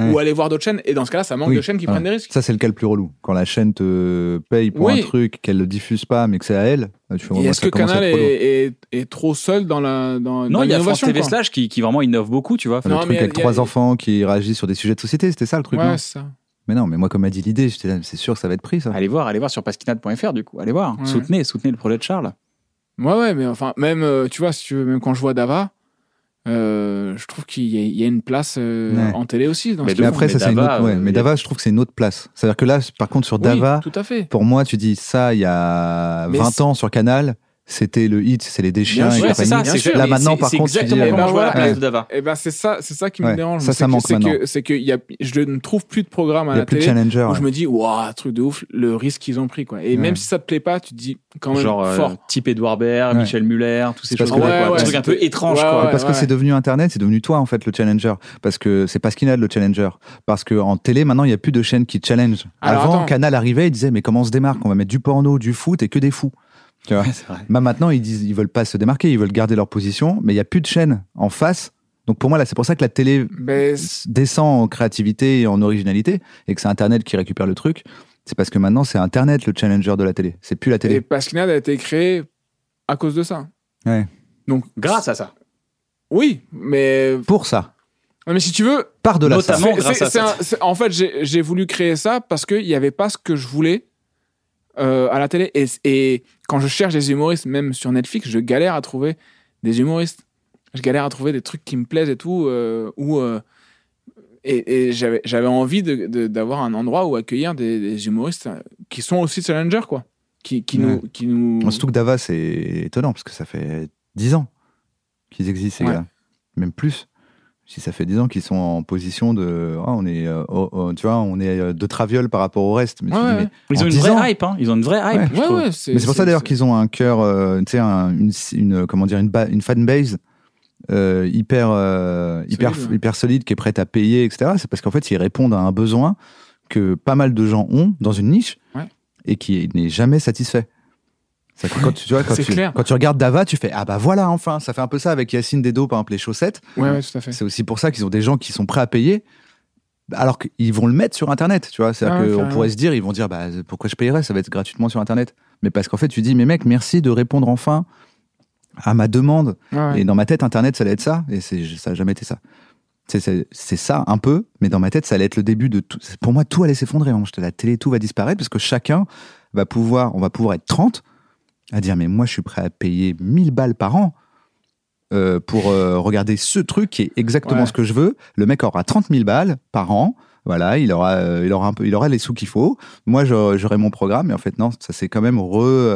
ou aller voir d'autres chaînes. Et dans ce cas-là, ça manque de chaînes qui prennent des risques. Ça, c'est le cas le plus relou. Quand la chaîne te paye pour un truc qu'elle ne diffuse pas, mais que c'est à elle, tu fais, est-ce que Canal est trop seul dans l'innovation? Non, il y a France TV Slash qui vraiment innove beaucoup, tu vois. Le truc avec 3 enfants qui réagissent sur des sujets de société, c'était ça le truc. Ouais, c'est ça. Mais non, mais moi, comme m'a dit l'idée, j'étais là, c'est sûr que ça va être pris, ça. Allez voir sur pasquinade.fr, du coup. Allez voir. Soutenez le projet de Charles. Ouais, mais enfin, même, tu vois, si tu veux, même quand je vois Dava, je trouve qu'il y a une place en télé aussi. Dans mais après, ça, c'est une autre. Mais Dava, je trouve que c'est une autre place. C'est-à-dire que là, par contre, sur Dava, tout à fait. Pour moi, tu dis ça, il y a 20 ans sur Canal. C'était le hit, c'est les déchiens et c'est ça, c'est là maintenant par contre tu dis comment je vois la place de Dava. Et ben c'est ça qui me dérange. Ça manque maintenant. C'est que je ne trouve plus de programme à la télé où je me dis waouh, truc de ouf, le risque qu'ils ont pris quoi. Et même si ça te plaît pas, tu te dis quand même genre fort. Type Édouard Baird, Michel Muller, tous ces choses là quoi, des trucs un peu étranges quoi. Parce que c'est devenu internet, c'est devenu toi en fait le challenger, parce que c'est Pasquinade le challenger, parce que en télé maintenant il y a plus de chaînes qui challenge. Avant Canal arrivait, il disait mais comment on se démarque, on va mettre du porno, du foot et que des fous. Tu vois. Maintenant, ils veulent pas se démarquer, ils veulent garder leur position, mais il y a plus de chaîne en face. Donc pour moi, là, c'est pour ça que la télé descend en créativité et en originalité, et que c'est Internet qui récupère le truc. C'est parce que maintenant, c'est Internet le challenger de la télé. C'est plus la télé. Et Pasquinade a été créé à cause de ça. Ouais. Donc grâce à ça. Oui, mais pour ça. Mais si tu veux, par-delà ça. Notamment grâce à ça. En fait, j'ai voulu créer ça parce qu'il n'y avait pas ce que je voulais. À la télé et quand je cherche des humoristes même sur Netflix, je galère à trouver des humoristes, je galère à trouver des trucs qui me plaisent et tout et j'avais envie d'avoir un endroit où accueillir des humoristes qui sont aussi challengers quoi, qui nous surtout que Dava, c'est étonnant parce que ça fait 10 ans qu'ils existent ces gars, même plus. Si ça fait 10 ans qu'ils sont en position de, on est, tu vois, on est de traviole par rapport au reste. Mais ils ont une vraie hype, hein. Ils ont une vraie hype. Mais c'est pour ça d'ailleurs qu'ils ont un cœur, tu sais, une fanbase hyper solide qui est prête à payer, etc. C'est parce qu'en fait, ils répondent à un besoin que pas mal de gens ont dans une niche et qui n'est jamais satisfait. Quand tu regardes Dava, tu fais ah bah voilà, enfin, ça fait un peu ça avec Yacine Dedo par exemple, les chaussettes. Ouais, tout à fait. C'est aussi pour ça qu'ils ont des gens qui sont prêts à payer, alors qu'ils vont le mettre sur Internet, tu vois. C'est-à-dire qu'on pourrait se dire, ils vont dire bah pourquoi je payerais, ça va être gratuitement sur Internet. Mais parce qu'en fait, tu dis mais mec, merci de répondre enfin à ma demande. Et dans ma tête, Internet, ça allait être ça, et ça n'a jamais été ça. C'est ça un peu, mais dans ma tête, ça allait être le début de tout. Pour moi, tout allait s'effondrer. La télé, tout va disparaître parce que chacun on va pouvoir être 30 à dire mais moi je suis prêt à payer 1000 balles par an pour regarder ce truc qui est exactement ce que je veux. Le mec aura 30 000 balles par an, voilà, il aura les sous qu'il faut. Moi j'aurai mon programme, mais en fait non, ça c'est quand même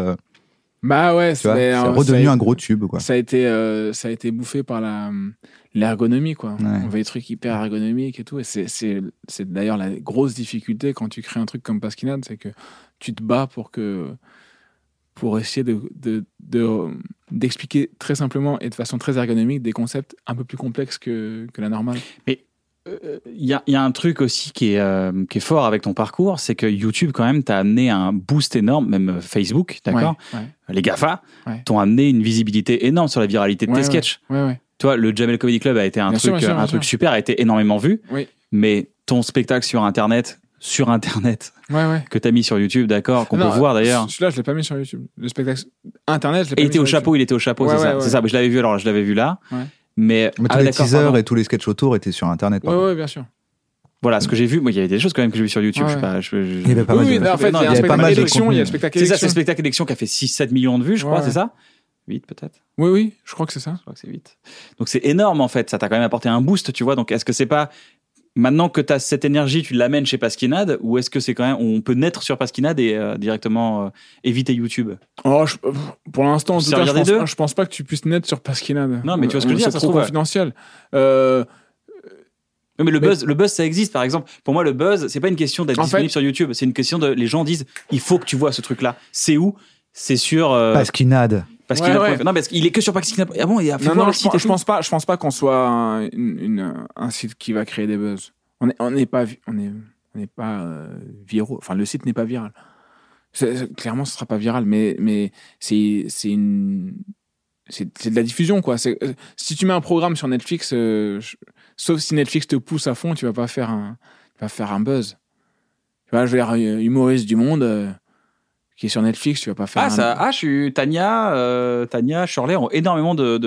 c'est redevenu un gros tube quoi. Ça a été bouffé par l'ergonomie quoi. On veut des trucs hyper ergonomiques et tout, et c'est d'ailleurs la grosse difficulté quand tu crées un truc comme Pasquinade, c'est que tu te bats pour essayer d'expliquer très simplement et de façon très ergonomique des concepts un peu plus complexes que la normale. Mais il y a un truc aussi qui est fort avec ton parcours, c'est que YouTube quand même t'a amené un boost énorme, même Facebook, d'accord, les GAFA t'ont amené une visibilité énorme sur la viralité de tes sketchs. Tu vois, le Jamel Comedy Club a été un truc super, a été énormément vu, mais ton spectacle sur Internet que t'as mis sur YouTube, d'accord, qu'on peut voir d'ailleurs. Celui-là, je l'ai pas mis sur YouTube. Le spectacle Internet, je l'ai pas mis. Il était au chapeau, c'est ça. Mais je l'avais vu là. Mais tous les teasers et tous les sketchs autour étaient sur Internet. Ouais, bien sûr. Voilà, ce que j'ai vu, moi, il y avait des choses quand même que j'ai vu sur YouTube. Il y avait pas mal de... en fait, il y a pas mal d'élections, il y a le spectacle élection. C'est ça, c'est le spectacle élection qui a fait 6-7 millions de vues, je crois, c'est ça 8 peut-être. Oui, je crois que c'est ça. Je crois que c'est 8. Donc c'est énorme en fait, ça t'a quand même apporté un boost, tu vois. Donc est-ce que c'est pas maintenant que tu as cette énergie, tu l'amènes chez Pasquinade, ou est-ce que c'est quand même on peut naître sur Pasquinade et directement éviter YouTube? Pour l'instant, en tout cas, je pense pas que tu puisses naître sur Pasquinade. Non, mais tu vois ce que je veux dire, c'est trop confidentiel. Mais le buzz, ça existe, par exemple. Pour moi, le buzz, c'est pas une question d'être disponible sur YouTube, c'est une question de les gens disent il faut que tu vois ce truc-là. C'est où? C'est sur Pasquinade. Non, parce qu'il est que sur Pasquinade. Ah bon, il y a je pense pas qu'on soit un site qui va créer des buzz. On n'est pas viraux. Enfin, le site n'est pas viral. Clairement, ce sera pas viral, mais c'est de la diffusion, quoi. Si tu mets un programme sur Netflix, sauf si Netflix te pousse à fond, tu vas pas faire un buzz. Tu vois, je veux dire, humoriste du monde qui est sur Netflix, tu vas pas faire Tania, Shirley ont énormément de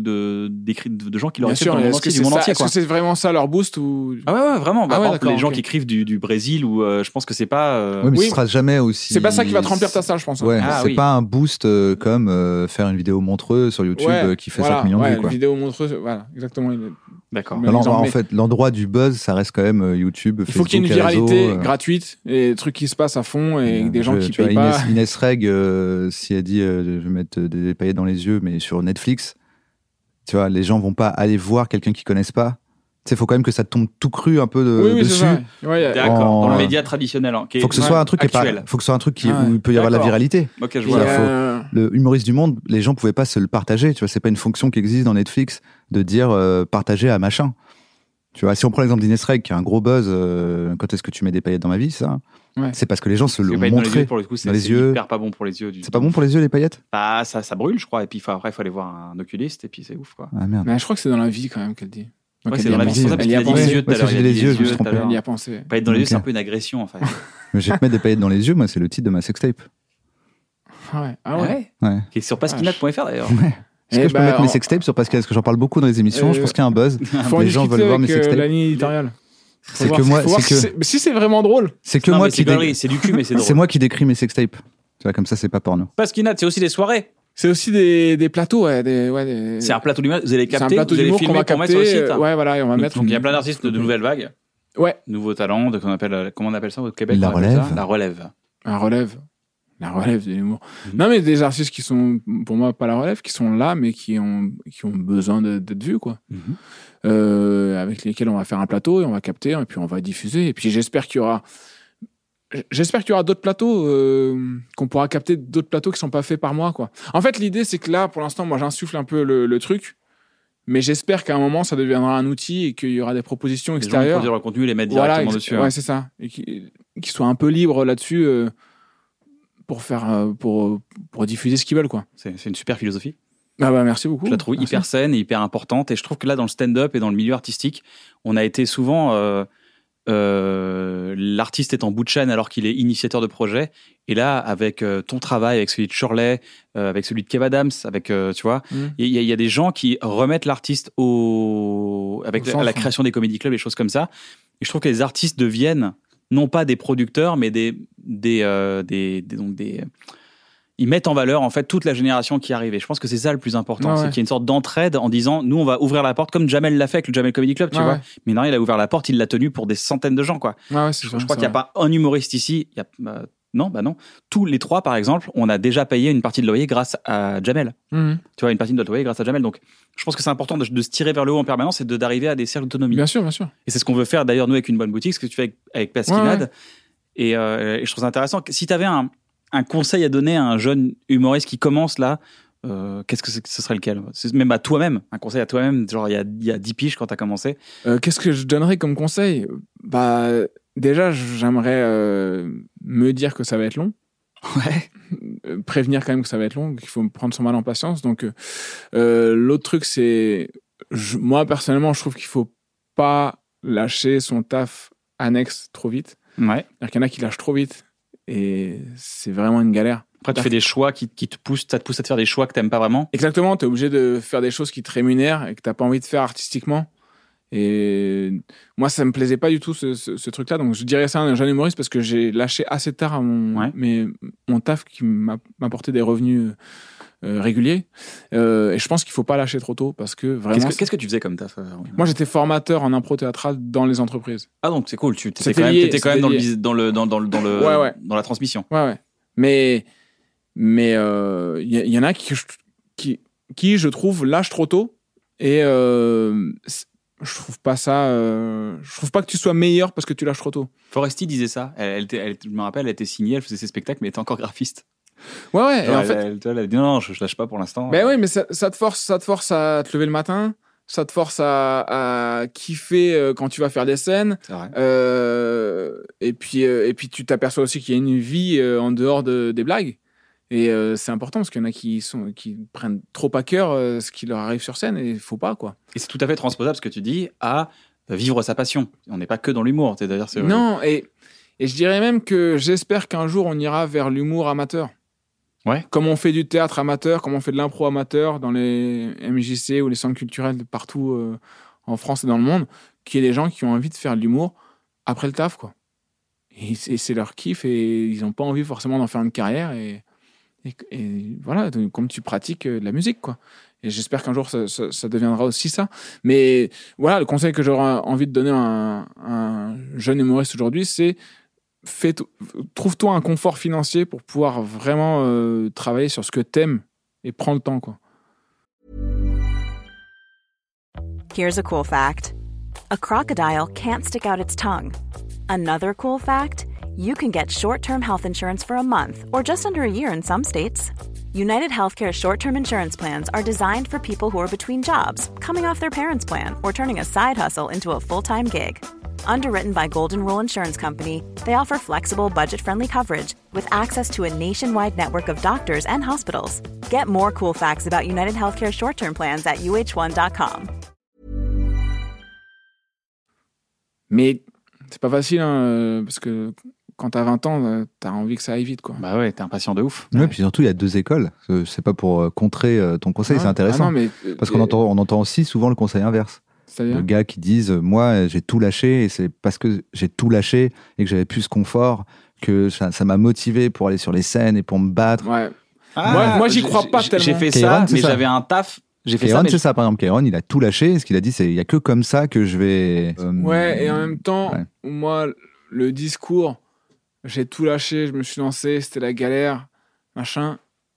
gens qui leur écrivent dans le monde entier, du monde entier. Est-ce que c'est vraiment ça leur boost ou... Ah ouais, vraiment. Par exemple, les gens qui écrivent du Brésil, ou je pense que c'est pas... Oui, mais ce sera jamais aussi... C'est pas ça qui va te remplir ta salle, je pense. Ouais, c'est pas un boost comme faire une vidéo Montreux sur YouTube qui fait 5 millions de vues. Une vidéo Montreux, voilà, exactement. D'accord. Alors, en fait, l'endroit du buzz, ça reste quand même YouTube, Facebook, il faut qu'il y ait une viralité gratuite et des trucs qui se passent à fond et des gens qui payent pas. Inès Reg, si elle dit je vais mettre des paillettes dans les yeux, mais sur Netflix, tu vois, les gens vont pas aller voir quelqu'un qu'ils connaissent pas. Tu sais, faut quand même que ça tombe tout cru un peu dessus. D'accord. Dans le média traditionnel. Faut que ce soit un truc faut que ce soit un truc où il peut y avoir la viralité. Ok, je vois. Le humoriste du monde, les gens pouvaient pas se le partager. Tu vois, c'est pas une fonction qui existe dans Netflix de dire partager à machin. Tu vois, si on prend l'exemple d'Inès Reg, qui a un gros buzz, quand est-ce que tu mets des paillettes dans ma vie, ça? C'est parce que les gens se l'ont montré. Pour le coup, c'est hyper pas bon pour les yeux. C'est pas bon pour les yeux, les paillettes? Bah, ça brûle, je crois. Et puis après, il faut aller voir un oculiste, et puis c'est ouf, quoi. Ah merde. Mais je crois que c'est dans la vie quand même qu'elle dit. Ouais, c'est dans la vie. C'est pour ça qu'il a dit les yeux tout à l'heure. Les yeux, je me suis trompé. Elle y a pensé. Paillettes dans les yeux, c'est un peu une agression, en fait. Je vais te mettre des paillettes dans les yeux, moi, c'est le titre de ma sextape. Ah ouais. Qui est sur pasquinade.fr d'ailleurs. Est-ce que je peux mettre mes sextapes sur Pascal? Parce que j'en parle beaucoup dans les émissions. Je pense qu'il y a un buzz. Les gens veulent voir mes sextapes. La ligne éditoriale. C'est que moi, si c'est vraiment drôle. C'est que moi qui c'est du cul, mais c'est drôle. C'est moi qui décris mes sextapes. Tu vois, comme ça, c'est pas porno. Pasquinade, c'est aussi des soirées. C'est aussi des plateaux, C'est un plateau d'humour. Vous allez capter, vous allez filmer pour mettre sur le site. Ouais, voilà, et on va mettre. Donc il y a plein d'artistes de nouvelles vagues. Ouais. Nouveaux talents, comment on appelle ça au Québec? La relève. La relève. La relève de l'humour. Non, mais des artistes qui sont, pour moi, pas la relève, qui sont là, mais qui ont besoin d'être vus, quoi. Avec lesquels on va faire un plateau et on va capter, et puis on va diffuser. Et puis j'espère qu'il y aura d'autres plateaux, qu'on pourra capter, d'autres plateaux qui sont pas faits par moi, quoi. En fait, l'idée, c'est que là, pour l'instant, moi, j'insuffle un peu le truc. Mais j'espère qu'à un moment, ça deviendra un outil et qu'il y aura des propositions extérieures. Les gens produire leur contenu et les mettre directement dessus. Ouais, c'est ça. Et qu'ils soient un peu libres là-dessus pour diffuser ce qu'ils veulent, quoi. C'est une super philosophie. Ah bah, merci beaucoup. Je la trouve hyper saine et hyper importante. Et je trouve que là, dans le stand-up et dans le milieu artistique, on a été souvent... l'artiste est en bout de chaîne alors qu'il est initiateur de projet, et là avec ton travail, avec celui de Shirley, avec celui de Kev Adams, avec tu vois, il y a des gens qui remettent l'artiste à la création des comedy clubs et choses comme ça, et je trouve que les artistes deviennent non pas des producteurs mais ils mettent en valeur en fait toute la génération qui arrive, et je pense que c'est ça le plus important, c'est qu'il y a une sorte d'entraide en disant nous on va ouvrir la porte comme Jamel l'a fait avec le Jamel Comedy Club, tu vois. Mais non, il a ouvert la porte, il l'a tenu pour des centaines de gens, quoi. Je crois qu'il n'y a pas un humoriste ici, non, tous les trois par exemple, on a déjà payé une partie de loyer grâce à Jamel. Tu vois, une partie de notre loyer grâce à Jamel, donc je pense que c'est important de se tirer vers le haut en permanence et d'arriver à des cercles d'autonomie. Bien sûr. Et c'est ce qu'on veut faire d'ailleurs nous avec Une Bonne Boutique, ce que tu fais avec Pasquinade. Et je trouve ça intéressant. Si tu avais un conseil à donner à un jeune humoriste qui commence là, qu'est-ce que ce serait lequel? Même à toi-même, un conseil à toi-même, genre il y a 10 piges quand t'as commencé. Qu'est-ce que je donnerais comme conseil? Bah, déjà, j'aimerais me dire que ça va être long. Ouais. Prévenir quand même que ça va être long, qu'il faut prendre son mal en patience. Donc, l'autre truc, c'est... Moi, personnellement, je trouve qu'il faut pas lâcher son taf annexe trop vite. Ouais. C'est-à-dire qu'il y en a qui lâchent trop vite. Et c'est vraiment une galère. Après, tu fais des choix qui te poussent, ça te pousse à te faire des choix que t'aimes pas vraiment. Exactement, t'es obligé de faire des choses qui te rémunèrent et que t'as pas envie de faire artistiquement. Et moi, ça me plaisait pas du tout ce truc-là. Donc, je dirais ça à un jeune humoriste parce que j'ai lâché assez tard mon taf qui m'apportait des revenus réguliers. Et je pense qu'il faut pas lâcher trop tôt parce que vraiment. Qu'est-ce que tu faisais comme taf? Moi, j'étais formateur en impro théâtral dans les entreprises. Ah, donc c'est cool. Tu étais quand même dans la transmission. Ouais. Mais y en a qui je trouve lâchent trop tôt et je trouve pas ça. Je trouve pas que tu sois meilleur parce que tu lâches trop tôt. Foresti disait ça. Je me rappelle, elle était signée, elle faisait ses spectacles, mais elle était encore graphiste. Ouais. Et en fait, elle a dit non, je lâche pas pour l'instant. Ben oui, mais ça te force à te lever le matin. Ça te force à kiffer quand tu vas faire des scènes. C'est vrai. Et puis tu t'aperçois aussi qu'il y a une vie en dehors des blagues. Et c'est important parce qu'il y en a qui prennent trop à cœur ce qui leur arrive sur scène et il faut pas, quoi. Et c'est tout à fait transposable ce que tu dis à vivre sa passion. On n'est pas que dans l'humour. C'est-à-dire, non, et je dirais même que j'espère qu'un jour on ira vers l'humour amateur. Ouais. Comme on fait du théâtre amateur, comme on fait de l'impro amateur dans les MJC ou les centres culturels de partout en France et dans le monde, qu'il y ait des gens qui ont envie de faire de l'humour après le taf, quoi. Et c'est leur kiff et ils n'ont pas envie forcément d'en faire une carrière. Et voilà, donc, comme tu pratiques de la musique, quoi. Et j'espère qu'un jour ça deviendra aussi ça. Mais voilà, le conseil que j'aurais envie de donner à un jeune humoriste aujourd'hui, c'est trouve-toi un confort financier pour pouvoir vraiment travailler sur ce que t'aimes et prends le temps, quoi. Here's a cool fact. A crocodile can't stick out its tongue. Another cool fact, you can get short-term health insurance for a month or just under a year in some states. United Healthcare short-term insurance plans are designed for people who are between jobs, coming off their parents' plan, or turning a side hustle into a full-time gig. Underwritten by Golden Rule Insurance Company, they offer flexible, budget-friendly coverage with access to a nationwide network of doctors and hospitals. Get more cool facts about United Healthcare short-term plans at uh1.com. Mais c'est pas facile, parce que quand t'as 20 ans, t'as envie que ça aille vite, quoi. Bah ouais, t'es impatient de ouf. Ouais, puis surtout, il y a 2 écoles. C'est pas pour contrer ton conseil, c'est intéressant. Non, mais, parce qu'on entend aussi souvent le conseil inverse. C'est-à-dire de gars qui disent moi j'ai tout lâché et c'est parce que j'ai tout lâché et que j'avais plus ce confort que ça m'a motivé pour aller sur les scènes et pour me battre. Ouais. Moi j'y crois pas tellement. J'ai fait Kairon, ça, mais j'avais un taf. J'ai fait Kairon, ça, c'est ça, par exemple. Kairon, il a tout lâché. Ce qu'il a dit, c'est il y a que comme ça que je vais. Ouais, et en même temps, moi, le discours, j'ai tout lâché, je me suis lancé, c'était la galère, machin.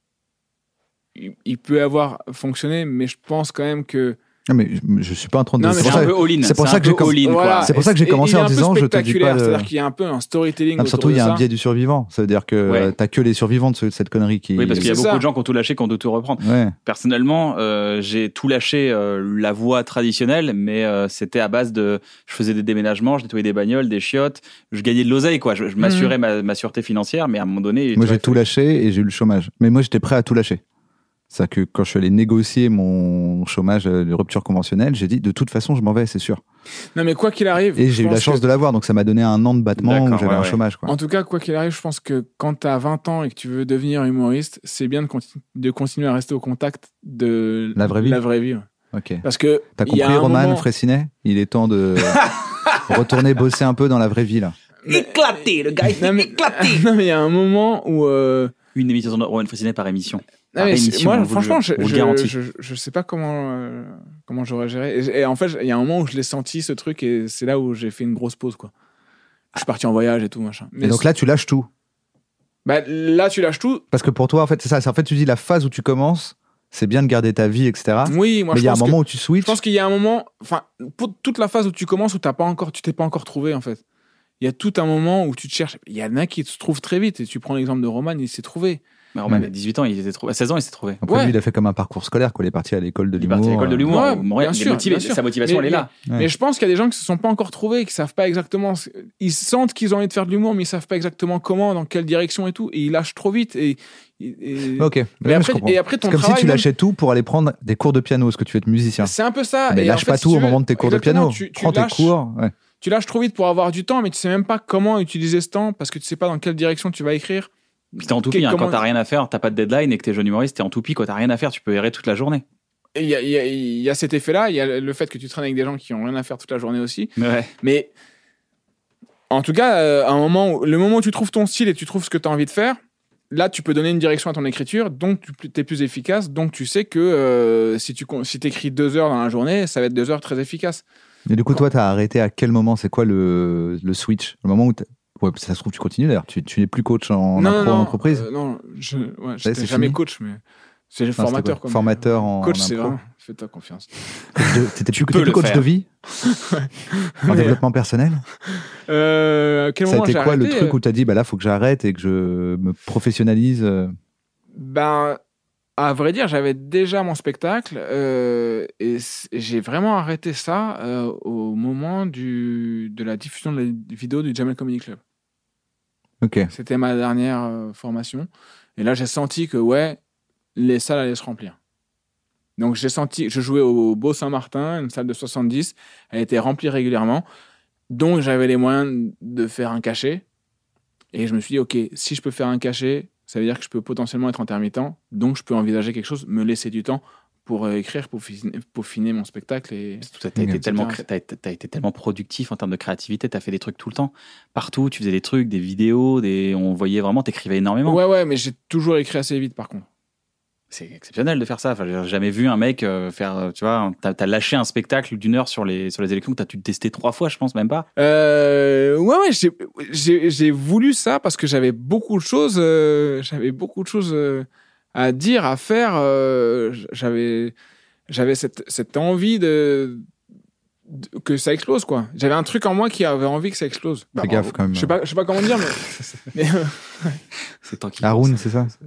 Il peut avoir fonctionné, mais je pense quand même que. Non, mais je suis pas en train de. Non, mais c'est un peu all-in. C'est pour ça que j'ai commencé en disant je te dis pas. C'est-à-dire qu'il y a un peu un storytelling. Surtout, il y a un biais du survivant. Ça veut dire que t'as que les survivants de cette connerie qui. Oui, parce qu'il y a beaucoup de gens qui ont tout lâché, qui ont tout reprendre. Ouais. Personnellement, j'ai tout lâché la voie traditionnelle, mais c'était à base de. Je faisais des déménagements, je nettoyais des bagnoles, des chiottes, je gagnais de l'oseille, quoi. Je m'assurais ma sûreté financière, mais à un moment donné. Moi, j'ai tout lâché et j'ai eu le chômage. Mais moi, j'étais prêt à tout lâcher. C'est-à-dire que quand je suis allé négocier mon chômage de rupture conventionnelle, j'ai dit de toute façon je m'en vais, c'est sûr. Non mais quoi qu'il arrive... Et j'ai eu la chance de l'avoir, donc ça m'a donné un an de battement où j'avais un chômage. Quoi. En tout cas, quoi qu'il arrive, je pense que quand tu as 20 ans et que tu veux devenir humoriste, c'est bien de continuer à rester au contact de la vraie vie. Ouais. Ok. Parce que t'as compris, Roman Fraissinet ? Il est temps de retourner bosser un peu dans la vraie vie là. Éclaté, le gars, éclaté. Non mais il y a un moment où... Une émission de Roman Fraissinet par émission. Moi, franchement, je sais pas comment j'aurais géré. Et en fait, il y a un moment où je l'ai senti, ce truc, et c'est là où j'ai fait une grosse pause, quoi. Je suis parti en voyage et tout, machin. Mais donc là, tu lâches tout. Bah, là, tu lâches tout. Parce que pour toi, en fait, c'est ça. En fait, tu dis la phase où tu commences, c'est bien de garder ta vie, etc. Oui, moi, mais il y a un moment où tu switches. Je pense qu'il y a un moment, enfin, pour toute la phase où tu commences, où tu t'es pas encore trouvé, en fait. Il y a tout un moment où tu te cherches. Il y en a qui se trouvent très vite. Et tu prends l'exemple de Roman, il s'est trouvé. Mais Roman, à 18 ans, il était trouvé. À 16 ans, il s'est trouvé. Après, lui, il a fait comme un parcours scolaire, quoi. Il est parti à l'école de l'humour. Il est parti à l'école de l'humour. Bien sûr. Sa motivation, elle est là. Mais je pense qu'il y a des gens qui se sont pas encore trouvés, qui savent pas exactement. Ils sentent qu'ils ont envie de faire de l'humour, mais ils savent pas exactement comment, dans quelle direction et tout. Et ils lâchent trop vite. Ok. Et après, ton c'est comme si tu lâchais tout pour aller prendre des cours de piano, parce que tu veux être musicien. C'est un peu ça. Mais lâche pas tout au moment de tes cours de piano. Prends tes cours. Tu lâches trop vite pour avoir du temps, mais tu sais même pas comment utiliser ce temps, parce que tu sais pas dans quelle direction tu vas écrire. Puis t'es en toupie, quand t'as rien à faire, t'as pas de deadline et que t'es jeune humoriste, t'es en toupie, quand t'as rien à faire, tu peux errer toute la journée. Il y a cet effet-là, il y a le fait que tu traînes avec des gens qui ont rien à faire toute la journée aussi. Ouais. Mais en tout cas, le moment où tu trouves ton style et tu trouves ce que t'as envie de faire, là, tu peux donner une direction à ton écriture, donc t'es plus efficace, donc tu sais que si t'écris 2 heures dans la journée, ça va être 2 heures très efficaces. Et du coup, toi, t'as arrêté à quel moment ? C'est quoi le switch ? Le moment où ça se trouve, tu continues d'ailleurs. Tu n'es plus coach en entreprise ? Non, j'étais jamais coach, mais c'est formateur. Formateur en coach, en c'est vrai. Fais-toi confiance. T'étais plus coach de vie ? En développement personnel ? Quel moment j'ai arrêté ? Ça a été quoi le truc où t'as dit, bah là, faut que j'arrête et que je me professionnalise ? Ben, à vrai dire, j'avais déjà mon spectacle et j'ai vraiment arrêté ça au moment de la diffusion de la vidéo du Jamel Comedy Club. Ok. C'était ma dernière formation. Et là, j'ai senti que, les salles allaient se remplir. Donc je jouais au Beau Saint-Martin, une salle de 70. Elle était remplie régulièrement. Donc j'avais les moyens de faire un cachet. Et je me suis dit, ok, si je peux faire un cachet, ça veut dire que je peux potentiellement être intermittent. Donc je peux envisager quelque chose, me laisser du temps pour écrire, pour peaufiner mon spectacle. Et t'as été tellement productif en termes de créativité, t'as fait des trucs tout le temps. Partout, tu faisais des trucs, des vidéos, on voyait vraiment, t'écrivais énormément. Ouais, mais j'ai toujours écrit assez vite par contre. C'est exceptionnel de faire ça. Enfin, j'ai jamais vu un mec faire, tu vois, t'as lâché un spectacle d'une heure sur les élections que t'as dû tester 3 fois, je pense, même pas. Ouais, j'ai voulu ça parce que j'avais beaucoup de choses à dire, à faire. J'avais cette envie que ça explose, quoi. J'avais un truc en moi qui avait envie que ça explose. Fais gaffe quand même. Je sais pas comment dire, mais c'est tant qu'il Haroun, c'est ça.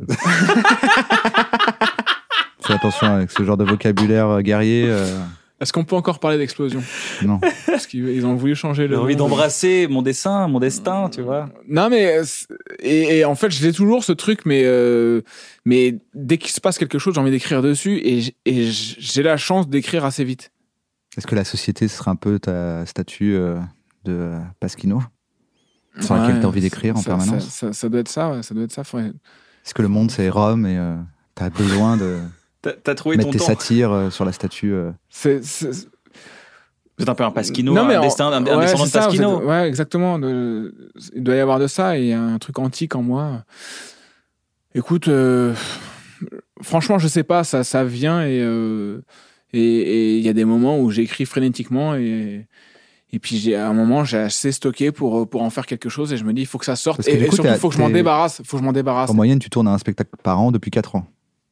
Fais attention avec ce genre de vocabulaire guerrier. Est-ce qu'on peut encore parler d'explosion ? Non. Parce qu'ils ont voulu changer le. J'ai envie d'embrasser mon destin, tu vois. Non, mais et en fait, j'ai toujours ce truc, mais dès qu'il se passe quelque chose, j'ai envie d'écrire dessus, et j'ai la chance d'écrire assez vite. Est-ce que la société ce serait un peu ta statue de Pasquino sur laquelle tu as envie d'écrire en permanence ? Ça doit être ça, ouais, ça doit être ça. Est-ce que le monde c'est Rome et tu as besoin de t'as trouvé mettre ton tes temps. Satires sur la statue Vous êtes un peu un Pasquino, un descendant de Pasquino. Ouais, exactement. Il doit y avoir de ça, et il y a un truc antique en moi. Écoute, franchement, je sais pas, ça vient, et il y a des moments où j'écris frénétiquement, et puis à un moment j'ai assez stocké pour en faire quelque chose, et je me dis il faut que ça sorte, et surtout il faut que je m'en débarrasse. En moyenne, tu tournes à un spectacle par an depuis 4 ans.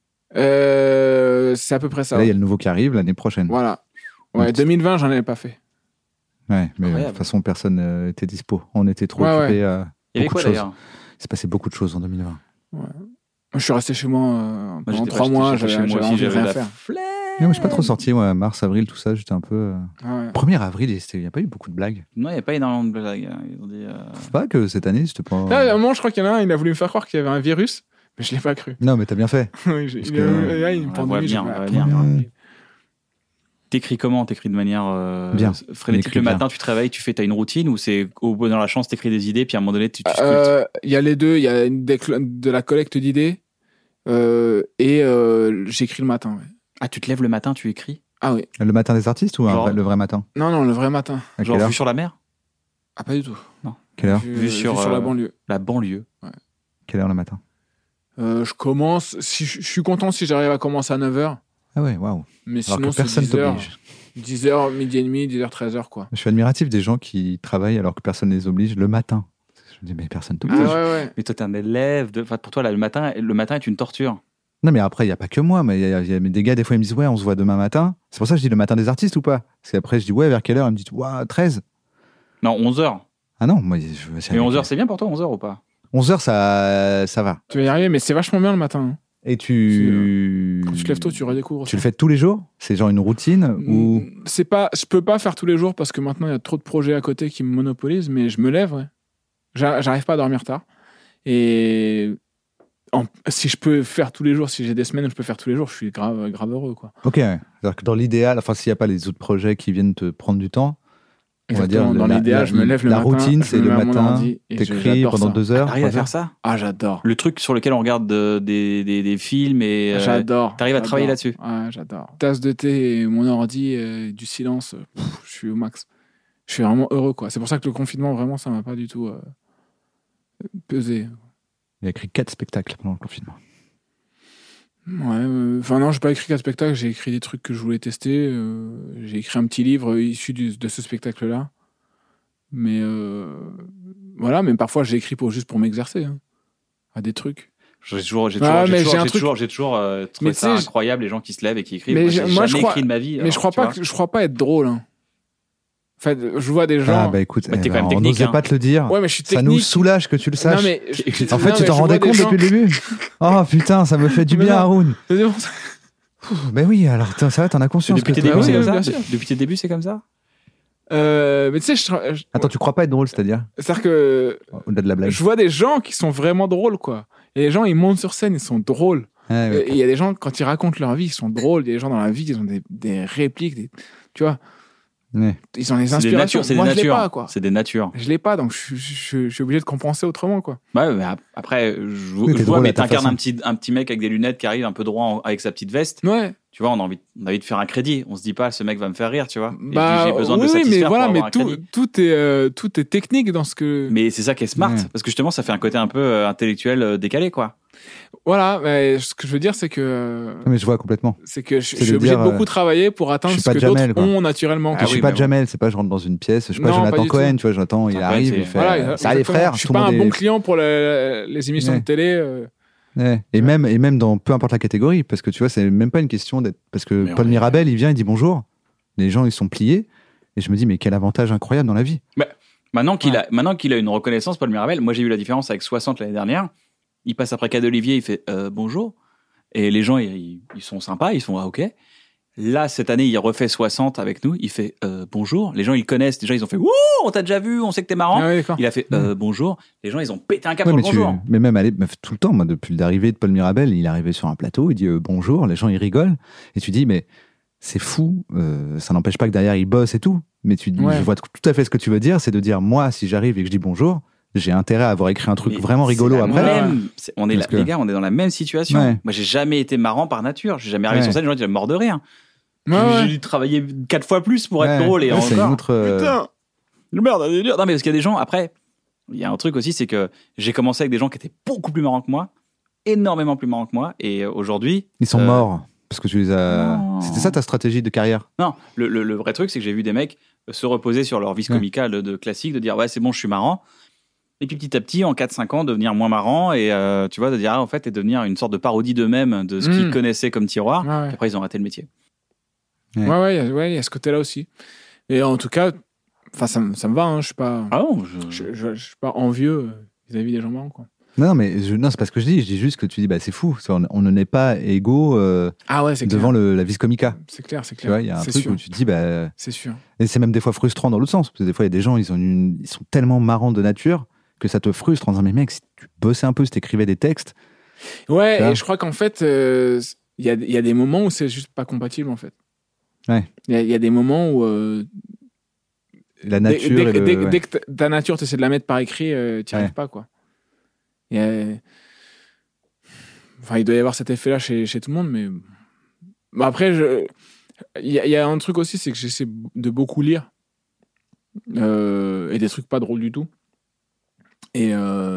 C'est à peu près ça. Là, il y a le nouveau qui arrive l'année prochaine. Voilà. Ouais, 2020, j'en avais pas fait. Ouais, mais de toute façon, personne n'était dispo. On était trop occupés à beaucoup de choses. Il s'est passé beaucoup de choses en 2020. Ouais. Je suis resté chez moi pendant 3 mois. J'avais envie de rien faire. Moi, je suis pas trop sorti. Mars, avril, tout ça, j'étais un peu. 1er avril, il n'y a pas eu beaucoup de blagues. Non, il n'y a pas énormément de blagues. Ils ont dit. C'est pas que cette année, c'était pas. Là, à un moment, je crois qu'il y en a un, il a voulu me faire croire qu'il y avait un virus, mais je l'ai pas cru. Non, mais t'as bien fait. Oui, il y a une pandémie. T'écris comment ? T'écris de manière bien frénétique le matin, tu te réveilles, t'as une routine, ou c'est dans la chance, t'écris des idées, puis à un moment donné, tu sculptes ? Il y a les deux, il y a de la collecte d'idées, et j'écris le matin. Ouais. Ah, tu te lèves le matin, tu écris ? Ah oui. Le matin des artistes ou le vrai matin ? Non, le vrai matin. Genre vue sur la mer ? Ah, pas du tout. Non. Quelle heure ? Vue sur la banlieue. La banlieue. Ouais. Quelle heure le matin ? Je commence, je suis content si j'arrive à commencer à 9h. Ah ouais, waouh. Mais alors sinon, que personne t'oblige. 10h, midi et demi, 10h, 13h, quoi. Je suis admiratif des gens qui travaillent alors que personne ne les oblige le matin. Je me dis, mais personne t'oblige. Ah ouais. Mais toi, t'es un élève. Pour toi, là, le matin est une torture. Non, mais après, il n'y a pas que moi. Mais il y a des gars, des fois, ils me disent, ouais, on se voit demain matin. C'est pour ça que je dis le matin des artistes ou pas ? Parce qu'après, je dis, ouais, vers quelle heure ? Ils me disent, ouais, 13. Non, 11h. Ah non, moi, mais 11h, c'est bien pour toi, 11h ou pas ? 11h, ça va. Tu vas y arriver, mais c'est vachement bien le matin. Hein. Et quand tu te lèves tôt, tu redécouvres. Tu le fais tous les jours ? C'est genre une routine ou... Je peux pas faire tous les jours parce que maintenant il y a trop de projets à côté qui me monopolisent, mais je me lève, ouais. J'arrive pas à dormir tard. Et si je peux faire tous les jours, si j'ai des semaines où je peux faire tous les jours, je suis grave heureux, quoi. Ok, c'est-à-dire que dans l'idéal, enfin s'il n'y a pas les autres projets qui viennent te prendre du temps, exactement, on va dire dans l'idéal, je me lève le matin. La routine, c'est le matin, t'écris pendant 2 heures. T'arrives à faire ça ? Ah, j'adore. Le truc sur lequel on regarde des films et j'adore. T'arrives à travailler là-dessus ? Ouais, j'adore. Tasse de thé et mon ordi, du silence, je suis au max. Je suis vraiment heureux, quoi. C'est pour ça que le confinement, vraiment, ça m'a pas du tout pesé. Il a écrit 4 spectacles pendant le confinement. Ouais, enfin non, j'ai pas écrit 4 spectacles, j'ai écrit des trucs que je voulais tester. J'ai écrit un petit livre issu de ce spectacle-là. Mais voilà, mais parfois j'ai écrit juste pour m'exercer à des trucs. J'ai toujours trouvé ça incroyable, les gens qui se lèvent et qui écrivent. Mais j'ai jamais écrit de ma vie. Mais alors, je crois pas être drôle. Hein. En fait, je vois des gens. Ah bah écoute, t'es quand même technique, on n'osait pas te le dire. Ouais, mais je suis technique. Ça nous soulage que tu le saches. Non, mais en fait, tu t'en rendais compte depuis le début. Oh putain, ça me fait du bien, Haroun. Ben oui, alors ça va, t'en as conscience. Depuis tes débuts, c'est comme ça. Depuis tes débuts, c'est comme ça. Mais tu sais, attends, tu crois pas être drôle, c'est-à-dire que au-delà de la blague. Je vois des gens qui sont vraiment drôles, quoi. Et les gens, ils montent sur scène, ils sont drôles. Et il y a des gens, quand ils racontent leur vie, ils sont drôles. Il y a des gens dans la vie, ils ont des répliques, tu vois. Ils ont des inspirations. Moi, je l'ai pas, quoi. C'est des natures. Je l'ai pas, donc je suis obligé de compenser autrement, quoi. Ouais, mais après, je vois, mais t'incarnes un petit mec avec des lunettes qui arrive un peu droit avec sa petite veste. Ouais. Tu vois, on a envie de faire un crédit. On se dit pas, ce mec va me faire rire, tu vois. J'ai besoin de le satisfaire mais voilà, pour mais avoir un crédit. tout est technique dans ce que. Mais c'est ça qui est smart, parce que justement, ça fait un côté un peu intellectuel décalé, quoi. Voilà, mais ce que je veux dire, c'est que. Mais je vois complètement. C'est que je suis obligé de beaucoup travailler pour atteindre ce que d'autres ont naturellement. Je suis pas Jamel, c'est pas je rentre dans une pièce, je suis pas Jonathan Cohen, tu vois, Jonathan, il arrive, il fait. Ça les frères. Je suis pas un bon client pour les émissions de télé. Et même dans peu importe la catégorie, parce que tu vois, c'est même pas une question d'être. Parce que Paul Mirabel, il vient, il dit bonjour. Les gens, ils sont pliés. Et je me dis, mais quel avantage incroyable dans la vie. Maintenant qu'il a une reconnaissance, Paul Mirabel, moi j'ai vu la différence avec 60 l'année dernière. Il passe après Cadet Olivier, il fait bonjour. Et les gens, ils sont sympas, ils sont ok. Là, cette année, il refait 60 avec nous, il fait bonjour. Les gens, ils connaissent. Déjà, ils ont fait ouh, on t'a déjà vu, on sait que t'es marrant. Il a fait bonjour. Les gens, ils ont pété un câble pour le bonjour. Mais même tout le temps, moi, depuis l'arrivée de Paul Mirabel, il est arrivé sur un plateau, il dit bonjour. Les gens, ils rigolent. Et tu dis, mais c'est fou. Ça n'empêche pas que derrière, il bosse et tout. Mais tu dis, je vois tout à fait ce que tu veux dire, c'est de dire, moi, si j'arrive et que je dis bonjour, j'ai intérêt à avoir écrit un truc vraiment rigolo après. Les gars, on est dans la même situation. Moi, j'ai jamais été marrant par nature. J'ai jamais arrivé sur scène, les gens disent mort de rire. J'ai dû travailler 4 fois plus pour être drôle et c'est encore. Une autre, putain, merde, elle est dure. Non, mais parce qu'il y a des gens. Après, il y a un truc aussi, c'est que j'ai commencé avec des gens qui étaient beaucoup plus marrants que moi, énormément plus marrants que moi, et aujourd'hui, ils sont morts parce que tu les as. Non. C'était ça ta stratégie de carrière? Non, le vrai truc, c'est que j'ai vu des mecs se reposer sur leur vis comica de classique, de dire ouais, c'est bon, je suis marrant. Et puis petit à petit, en 4-5 ans, devenir moins marrant et tu vois, de dire en fait, et devenir une sorte de parodie d'eux-mêmes de ce qu'ils connaissaient comme tiroir. Et après, ils ont raté le métier. Il y a ce côté-là aussi. Et en tout cas, ça me va. Hein, je suis pas. Ah non, je suis pas envieux vis-à-vis des gens marrants, quoi. Non, mais c'est pas ce que je dis. Je dis juste que tu dis, c'est fou. On ne n'est pas égaux devant la vis comica. C'est clair. Tu vois, il y a un truc où tu te dis, c'est sûr. Et c'est même des fois frustrant dans l'autre sens. Parce que des fois, il y a des gens, ils sont tellement marrants de nature que ça te frustre en disant, mais mec, si tu bossais un peu, si t'écrivais des textes. Ouais, et je crois qu'en fait, il y a des moments où c'est juste pas compatible, en fait. Ouais. Il y a des moments où. La nature. Dès que ta nature, tu essaies de la mettre par écrit, tu n'y arrives pas, quoi. Enfin, il doit y avoir cet effet-là chez tout le monde, mais. Après, il y a un truc aussi, c'est que j'essaie de beaucoup lire. Et des trucs pas drôles du tout. Et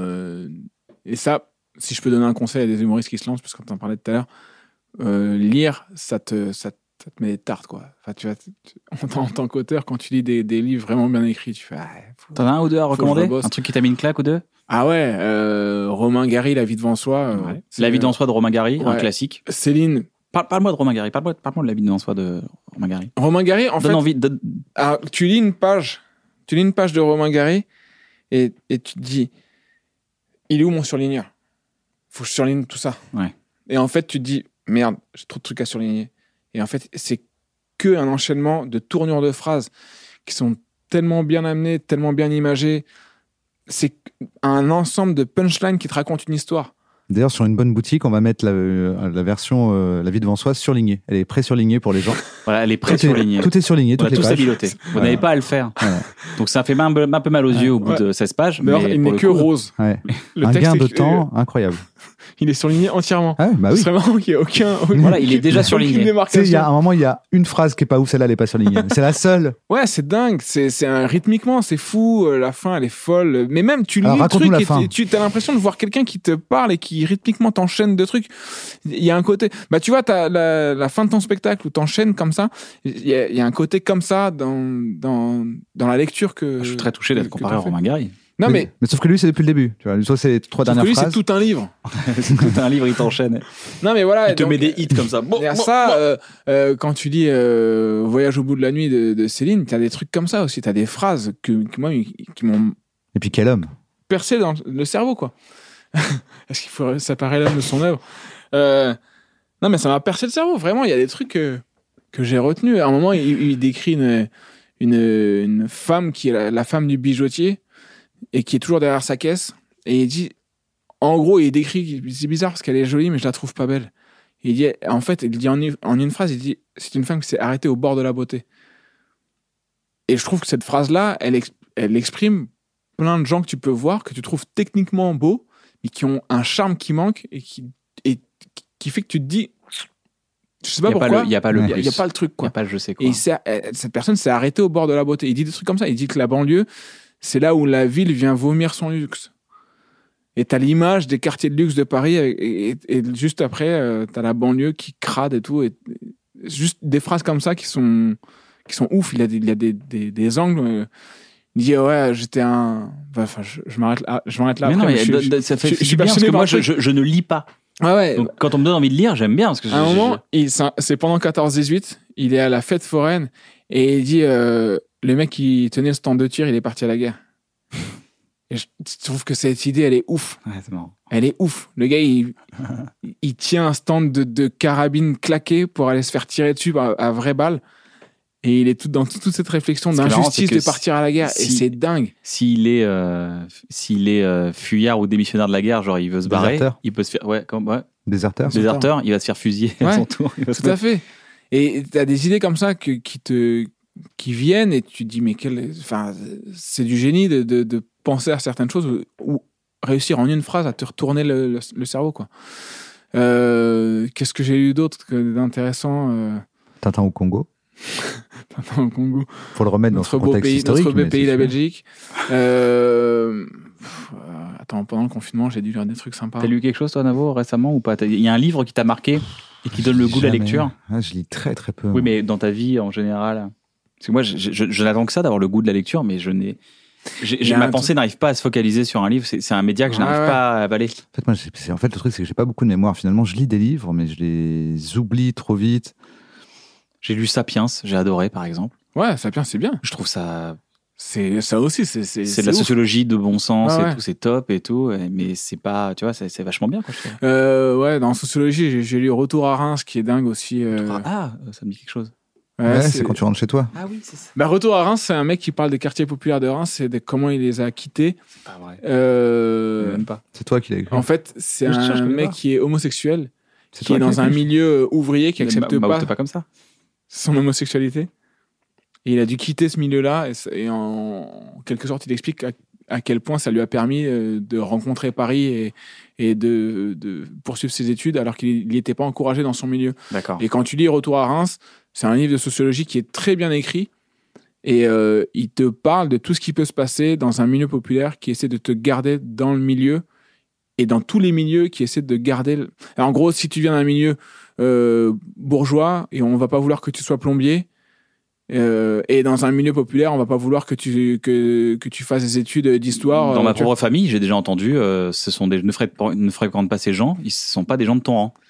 ça, si je peux donner un conseil à des humoristes qui se lancent, parce qu'on t'en parlait tout à l'heure, lire, ça te met des tartes, quoi. Enfin, tu vois, en tant qu'auteur, quand tu lis des livres vraiment bien écrits, tu fais. T'en as un ou deux à recommander? Un truc qui t'a mis une claque ou deux? Ah ouais, Romain Gary, La vie devant soi. La vie devant soi de Romain Gary, un classique. Céline. Parle-moi de Romain Gary, parle-moi de La vie devant soi de Romain Gary. Romain Gary, en fait. Envie tu lis une page de Romain Gary et tu te dis, il est où mon surligneur? Faut que je surligne tout ça. Ouais. Et en fait, tu te dis, merde, j'ai trop de trucs à surligner. Et en fait, c'est que un enchaînement de tournures de phrases qui sont tellement bien amenées, tellement bien imagées. C'est un ensemble de punchlines qui te racontent une histoire. D'ailleurs, sur une bonne boutique, on va mettre la version La vie devant soi surlignée. Elle est pré-surlignée pour les gens. Voilà, elle est pré-surlignée. Tout est surligné, toutes les pages. On a tous habilité. Vous n'avez pas à le faire. Voilà. Donc ça fait un peu mal aux yeux au bout de 16 pages. Mais il n'est que rose. Ouais. Un gain de temps incroyable. Il est surligné entièrement. Ah, bah oui. C'est vraiment qu'il n'y a aucun. Voilà, il est déjà surligné. Il y a un moment, il y a une phrase qui est pas ouf, celle-là, elle est pas surlignée. C'est la seule. Ouais, c'est dingue. Rythmiquement, c'est fou. La fin, elle est folle. Mais même, tu lis le truc et tu as l'impression de voir quelqu'un qui te parle et qui rythmiquement t'enchaîne de trucs. Il y a un côté. Tu vois, t'as la fin de ton spectacle où t'enchaînes comme ça. Il y a un côté comme ça dans la lecture que. Je suis très touché d'être comparé à Romain Gary. Non, mais sauf que lui, c'est depuis le début. Tu vois, soit c'est les 3 dernières phrases. C'est tout un livre. C'est tout un livre, il t'enchaîne. Non, mais voilà. Il te met des hits comme ça. Il y a ça, quand tu lis Voyage au bout de la nuit de Céline, t'as des trucs comme ça aussi. T'as des phrases qui m'ont. Et puis quel homme. Percé dans le cerveau, quoi. Est-ce qu'il faut séparer l'homme de son œuvre? Non, mais ça m'a percé le cerveau. Vraiment, il y a des trucs que j'ai retenus. À un moment, il décrit une femme qui est la femme du bijoutier et qui est toujours derrière sa caisse. Et il dit, en gros, il décrit, c'est bizarre parce qu'elle est jolie, mais je la trouve pas belle. Il dit, en fait, il dit en une phrase, il dit, c'est une femme qui s'est arrêtée au bord de la beauté. Et je trouve que cette phrase-là, elle exprime plein de gens que tu peux voir, que tu trouves techniquement beaux, mais qui ont un charme qui manque et qui fait que tu te dis, je sais pas pourquoi, il n'y a pas le truc, quoi. Il n'y a pas le je sais quoi. Et cette personne s'est arrêtée au bord de la beauté. Il dit des trucs comme ça. Il dit que la banlieue, c'est là où la ville vient vomir son luxe. Et t'as l'image des quartiers de luxe de Paris et juste après, t'as la banlieue qui crade et tout. Et juste des phrases comme ça qui sont ouf. Il y a des angles. Il dit ouais, j'étais un. Enfin, je m'arrête là. Mais non, ça fait bien parce que moi, je ne lis pas. Ouais. Donc, quand on me donne envie de lire, j'aime bien. Parce que à un moment, c'est pendant 14-18, il est à la fête foraine et il dit le mec qui tenait le stand de tir, il est parti à la guerre. Et je trouve que cette idée, elle est ouf. Ouais, c'est marrant. Elle est ouf. Le gars, il tient un stand de carabine claquée pour aller se faire tirer dessus à vraies balles. Et il est dans toute cette réflexion d'injustice de partir à la guerre. Et c'est dingue. S'il est fuyard ou démissionnaire de la guerre, genre il veut se barrer, il peut se faire. Déserteur, il va se faire fusiller à son tour. Tout à fait. Et t'as des idées comme ça qui viennent et tu te dis, mais c'est du génie de penser à certaines choses ou réussir en une phrase à te retourner le cerveau, quoi. Qu'est-ce que j'ai eu d'autre d'intéressant Tintin au Congo. Tintin au Congo. Pour le remettre dans notre contexte historique. Notre beau pays, la Belgique. Attends, pendant le confinement, j'ai dû lire des trucs sympas. T'as lu quelque chose, toi, Navo, récemment ou pas? Il y a un livre qui t'a marqué et qui donne le goût de la lecture? Je lis très très peu. Oui, mais dans ta vie en général. Parce que moi, je n'attends que ça d'avoir le goût de la lecture, mais ma pensée n'arrive pas à se focaliser sur un livre. C'est un média que je n'arrive pas à avaler. En fait, le truc, c'est que j'ai pas beaucoup de mémoire. Finalement, je lis des livres, mais je les oublie trop vite. J'ai lu Sapiens, j'ai adoré, par exemple. Ouais, Sapiens, c'est bien. Je trouve ça. C'est ça aussi, c'est de la sociologie de bon sens et tout, c'est top et tout, mais c'est pas, tu vois, c'est vachement bien, quoi. Ouais, dans sociologie, j'ai lu Retour à Reims, qui est dingue aussi. Ah, ça me dit quelque chose. Ouais, c'est quand tu rentres chez toi. Ah oui, c'est ça. Retour à Reims, c'est un mec qui parle des quartiers populaires de Reims et de comment il les a quittés. C'est pas vrai. Même pas. C'est toi qui l'as écrit. En fait, c'est un mec qui est homosexuel, qui est dans un milieu ouvrier, qui accepte pas comme ça. Son homosexualité. Et il a dû quitter ce milieu-là et en quelque sorte, il explique à quel point ça lui a permis de rencontrer Paris et de poursuivre ses études alors qu'il n'était pas encouragé dans son milieu. D'accord. Et quand tu lis Retour à Reims, c'est un livre de sociologie qui est très bien écrit et il te parle de tout ce qui peut se passer dans un milieu populaire qui essaie de te garder dans le milieu et dans tous les milieux qui essaient de garder... Alors, en gros, si tu viens d'un milieu bourgeois et on va pas vouloir que tu sois plombier, et dans un milieu populaire, on va pas vouloir que tu fasses des études d'histoire. Dans ma propre famille, j'ai déjà entendu, ne fréquente pas ces gens, ils sont pas des gens de ton rang.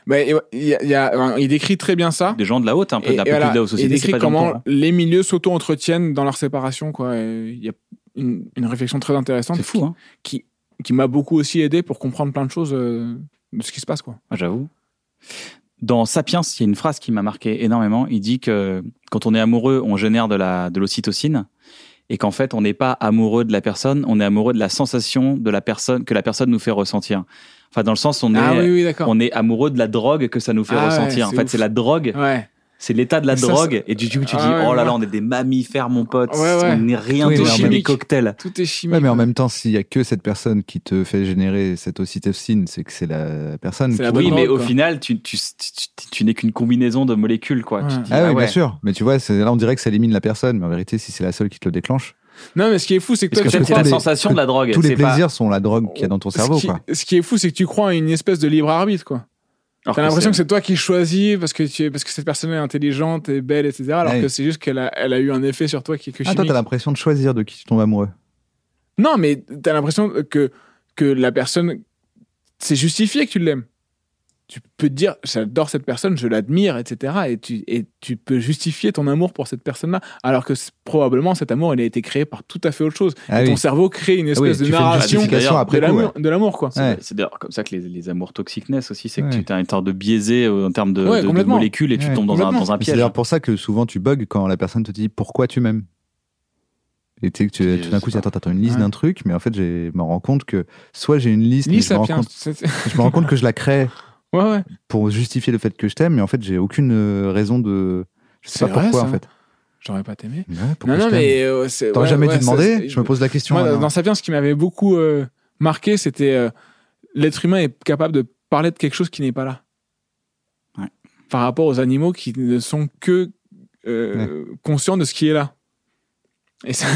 Il décrit très bien ça. Des gens de la haute, un peu de la plus de la haute société. Il décrit comment les milieux s'auto-entretiennent dans leur séparation, quoi. Il y a une réflexion très intéressante. C'est fou, hein. Qui m'a beaucoup aussi aidé pour comprendre plein de choses de ce qui se passe, quoi. Ah, j'avoue. Dans Sapiens, il y a une phrase qui m'a marqué énormément. Il dit que quand on est amoureux, on génère de l'ocytocine et qu'en fait, on n'est pas amoureux de la personne, on est amoureux de la sensation de la personne que la personne nous fait ressentir. Enfin, dans le sens, on est amoureux de la drogue que ça nous fait ressentir. En fait, c'est la drogue. Ouais. C'est l'état de la drogue. Et du coup, tu dis, oh là là, on est des mammifères, mon pote. On n'est rien de des cocktails. Tout est chimique. Ouais, mais en même temps, s'il y a que cette personne qui te fait générer cette ocytocine, c'est que c'est la personne. Oui, mais au final, tu n'es qu'une combinaison de molécules, quoi. Ouais. Dis, oui, bien sûr. Mais tu vois, là, on dirait que ça élimine la personne. Mais en vérité, si c'est la seule qui te le déclenche. Non, mais ce qui est fou, c'est que toi, c'est la sensation de la drogue. Tous les plaisirs sont la drogue qu'il y a dans ton cerveau, quoi. Ce qui est fou, c'est que tu crois à une espèce de libre arbitre, quoi. T'as l'impression que c'est toi qui choisis parce que cette personne est intelligente et belle, etc. Alors que c'est juste qu'elle a eu un effet sur toi qui est que chimique. Toi, t'as l'impression de choisir de qui tu tombes amoureux. Non, mais t'as l'impression que la personne, c'est justifié que tu l'aimes. Tu peux te dire, j'adore cette personne, je l'admire, etc. Et tu peux justifier ton amour pour cette personne-là. Alors que probablement, cet amour, il a été créé par tout à fait autre chose. Ton cerveau crée une espèce de narration de l'amour, quoi. C'est d'ailleurs comme ça que les amours toxiques naissent aussi. C'est que tu as une sorte de biaisé en termes de molécules et tu tombes dans un piège. C'est d'ailleurs pour ça que souvent tu bugs quand la personne te dit pourquoi tu m'aimes. Et tu sais que tout d'un coup, tu attends une liste d'un truc, mais en fait, je me rends compte que soit j'ai une liste, mais je me rends compte que je la crée. pour justifier le fait que je t'aime, mais en fait, j'ai aucune raison de. Je sais pas pourquoi, en fait. J'aurais pas t'aimé. Non, mais t'aurais jamais dû demander. Je me pose la question. Moi, dans Sapiens, ce qui m'avait beaucoup marqué, c'était l'être humain est capable de parler de quelque chose qui n'est pas là. Ouais. Par rapport aux animaux qui ne sont que conscients de ce qui est là. Et ça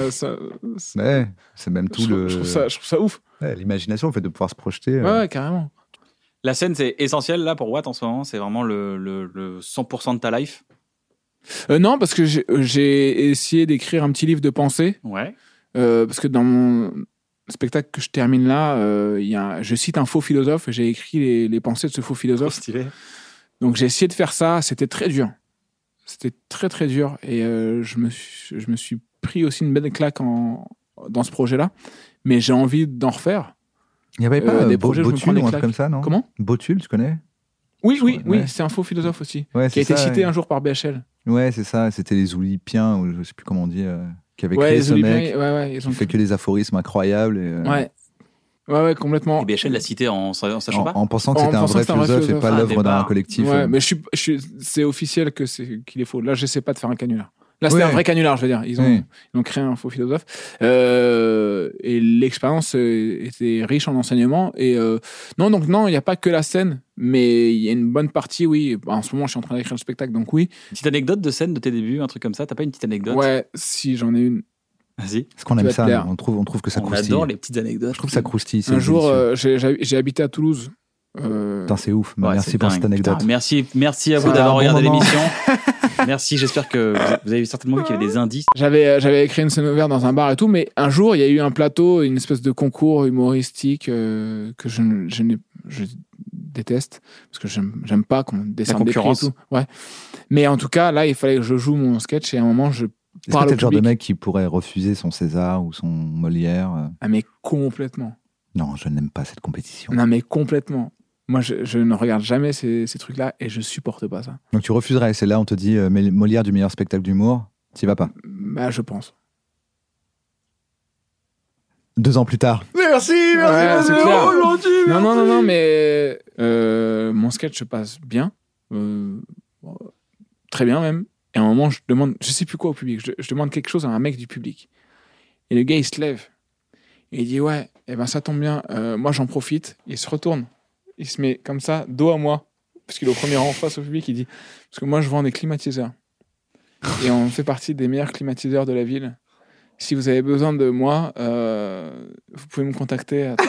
c'est même tout le. Je trouve ça ouf. Ouais, l'imagination, le fait de pouvoir se projeter. Ouais, carrément. La scène, c'est essentiel là pour Watt en ce moment. C'est vraiment le 100% de ta life. Non, parce que j'ai essayé d'écrire un petit livre de pensée. Ouais. Parce que dans mon spectacle que je termine là, je cite un faux philosophe et j'ai écrit les pensées de ce faux philosophe. Trop stylé. Donc j'ai essayé de faire ça. C'était très dur. C'était très très dur. Et je me suis pris aussi une belle claque dans ce projet-là. Mais j'ai envie d'en refaire. Il n'y avait pas des projets Botul ou un truc comme ça, non? Comment? Botul, tu connais? Oui, c'est un faux philosophe aussi. Ouais, qui a été cité un jour par BHL. Ouais, c'est ça. C'était les Oulipiens, ou je sais plus comment on dit, qui avaient créé ce mec. Ils ont fait que des aphorismes incroyables. Et, Ouais, complètement. Et BHL l'a cité en sachant pas. En pensant que c'était un vrai philosophe et pas l'œuvre d'un collectif. Ouais, mais c'est officiel qu'il est faux. Là, j'essaie pas de faire un canular. Là, c'était un vrai canular, je veux dire. Ils ont créé un faux philosophe. Et l'expérience était riche en enseignements. Et non, il n'y a pas que la scène, mais il y a une bonne partie, oui. En ce moment, je suis en train d'écrire le spectacle, donc oui. Une petite anecdote de scène de tes débuts, un truc comme ça? T'as pas une petite anecdote? Ouais, si, j'en ai une. Vas-y. Parce qu'on aime ça, on trouve que ça croustille. On adore les petites anecdotes. Je trouve que ça croustille. Un jour, j'ai habité à Toulouse. Putain, c'est ouf. Merci pour cette anecdote. Putain, merci à vous d'avoir regardé l'émission. Merci, j'espère que vous avez certainement vu qu'il y avait des indices. J'avais écrit une scène ouverte dans un bar et tout, mais un jour, il y a eu un plateau, une espèce de concours humoristique que je déteste, parce que j'aime pas qu'on descende des prix et tout. Ouais. Mais en tout cas, là, il fallait que je joue mon sketch et à un moment, est-ce que t'es le genre de mec qui pourrait refuser son César ou son Molière? Ah, mais complètement. Non, je n'aime pas cette compétition. Non, mais complètement. Moi, je ne regarde jamais ces trucs-là et je supporte pas ça. Donc tu refuserais, c'est là on te dit Molière du meilleur spectacle d'humour, t'y vas pas? Bah, je pense. 2 ans plus tard. Merci, c'est clair. Non, mais mon sketch se passe bien. Très bien même. Et à un moment, je demande, je sais plus quoi au public, je demande quelque chose à un mec du public. Et le gars, il se lève. Et il dit, ouais, ça tombe bien, moi j'en profite. Il se retourne. Il se met comme ça, dos à moi. Parce qu'il est au premier rang face au public. Il dit, parce que moi je vends des climatiseurs. Et on fait partie des meilleurs climatiseurs de la ville. Si vous avez besoin de moi, vous pouvez me contacter. Et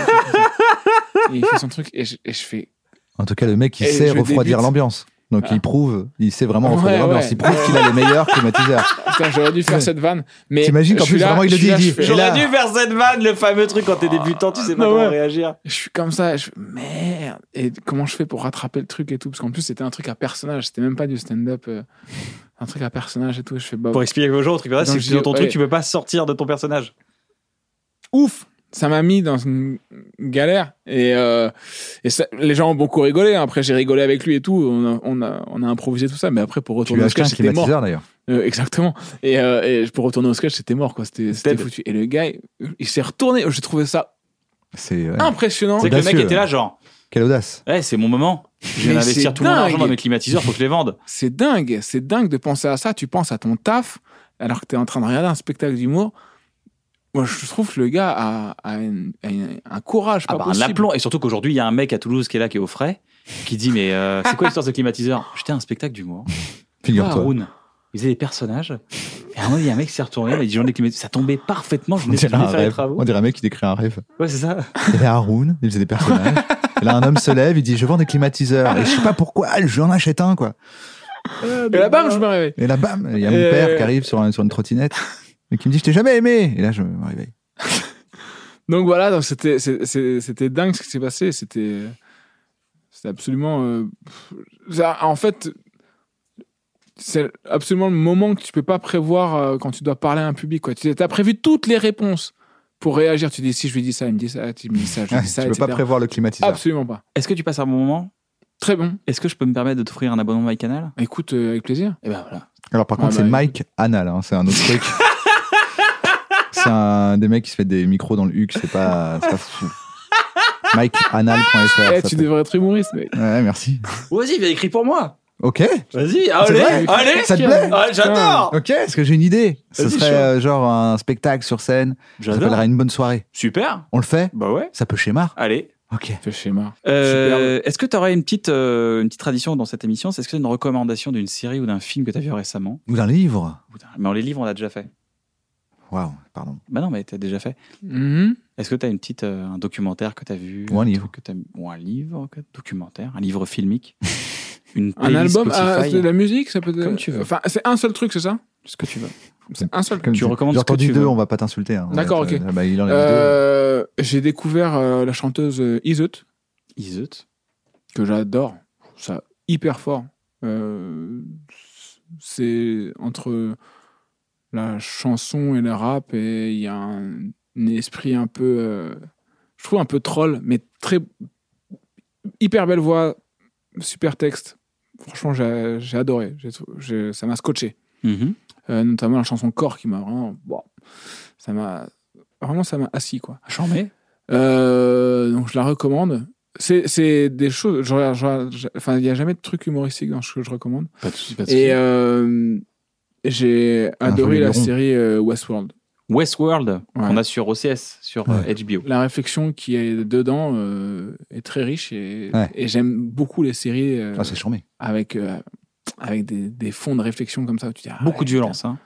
il fait son truc et je fais... En tout cas, le mec, il sait refroidir l'ambiance. Donc il sait vraiment refroidir l'ambiance. Il prouve qu'il a les meilleurs climatiseurs. Putain, j'aurais dû faire cette vanne. Mais t'imagines qu'en plus, vraiment, il le dit. J'aurais dû faire cette vanne, le fameux truc quand t'es débutant, tu sais pas comment réagir. Je suis comme ça, merde. Et comment je fais pour rattraper le truc et tout? Parce qu'en plus, c'était un truc à personnage. C'était même pas du stand-up. Un truc à personnage et tout. Je fais pour expliquer aux gens, c'est que dans ton truc, tu peux pas sortir de ton personnage. Ouf! Ça m'a mis dans une galère et ça, les gens ont beaucoup rigolé. Après, j'ai rigolé avec lui et tout. On a improvisé tout ça, mais après pour retourner au sketch, c'était mort. D'ailleurs. Exactement. Et pour retourner au sketch, c'était mort quoi. C'était foutu. Et le gars, il s'est retourné. J'ai trouvé ça impressionnant. C'est que le mec était là, genre. Quelle audace. Ouais, c'est mon moment. Je viens d'investir tout mon argent dans mes climatiseurs, faut que je les vende. C'est dingue de penser à ça. Tu penses à ton taf alors que t'es en train de regarder un spectacle d'humour. Moi, je trouve que le gars a un courage pas possible. Un aplomb. Et surtout qu'aujourd'hui, il y a un mec à Toulouse qui est là, qui est au frais, qui dit, mais c'est quoi l'histoire de ce climatiseur? J'étais à un spectacle d'humour. Figure-toi. Haroun, il faisait des personnages. Et à un moment, il y a un mec qui s'est retourné, il a dit, j'en ai climatiseur. Ça tombait parfaitement. Je venais de faire les travaux. On dirait un mec qui décrit un rêve. Ouais, c'est ça. Il y avait Haroun, il faisait des personnages. Et là, un homme se lève, il dit, je vends des climatiseurs. Et je sais pas pourquoi, j'en achète un, quoi. Et là, bam, je me réveille. Et là, bam, il y a mon père qui arrive sur une trottinette. Et qui me dit, je t'ai jamais aimé. Et là, je me réveille. Donc voilà, donc c'était dingue ce qui s'est passé. C'était absolument. En fait, c'est absolument le moment que tu peux pas prévoir quand tu dois parler à un public. Tu as prévu toutes les réponses pour réagir. Tu dis, si je lui dis ça, il me dit ça, tu me dis ça, je lui dis ça, tu peux pas prévoir le climatiseur. Absolument pas. Est-ce que tu passes un bon moment? Très bon. Est-ce que je peux me permettre de t'offrir un abonnement MyCanal? Écoute, avec plaisir. Et ben voilà. Alors par contre, c'est Mike Anal, hein, c'est un autre truc. C'est un des mecs qui se fait des micros dans le huc, c'est pas fou. MikeAnal.fr. Tu devrais être humoriste, mec. Ouais, merci. Vas-y, viens écrire pour moi. Ok. Vas-y, allez. Ça te plaît? J'adore. Ok, est-ce que j'ai une idée? Ce Vas-y, serait genre un spectacle sur scène. Ça s'appellerait Une bonne soirée. Super. On le fait? Bah ouais. Ça peut schémar. Allez. Ok. Fais schéma. Est-ce que tu aurais une petite tradition dans cette émission? Est-ce que tu as une recommandation d'une série ou d'un film que tu as vu récemment? Ou d'un livre? Mais les livres, on l'a déjà fait. Waouh, pardon. Bah non, mais tu as déjà fait. Mm-hmm. Est-ce que tu as une petite, un documentaire que tu as vu? Ou un livre. Ou un livre, documentaire, un livre filmique. Un album, c'est de la musique, ça peut être... Comme tu veux. Enfin, c'est un seul truc, c'est ça? Ce que tu veux. C'est un seul. Tu recommandes ce que tu veux. J'ai entendu deux, on va pas t'insulter. Hein. D'accord, ok. Bah, il en a deux. J'ai découvert la chanteuse Iseut. Que j'adore. Je trouve ça hyper fort. C'est entre la chanson et le rap, et il y a un esprit un peu... je trouve un peu troll, mais très... Hyper belle voix, super texte. Franchement, j'ai adoré. Ça m'a scotché. Mm-hmm. Notamment la chanson Corps qui m'a vraiment... ça m'a assis, quoi. Chambé. Donc je la recommande. C'est des choses... Enfin, il n'y a jamais de truc humoristique dans ce que je recommande. Pas de soucis. Et j'ai adoré la série Westworld. Westworld, qu'on a sur OCS, sur HBO. La réflexion qui est dedans est très riche, et j'aime beaucoup les séries c'est charmé. avec des fonds de réflexion comme ça. Où tu dis, beaucoup de violence. Hein.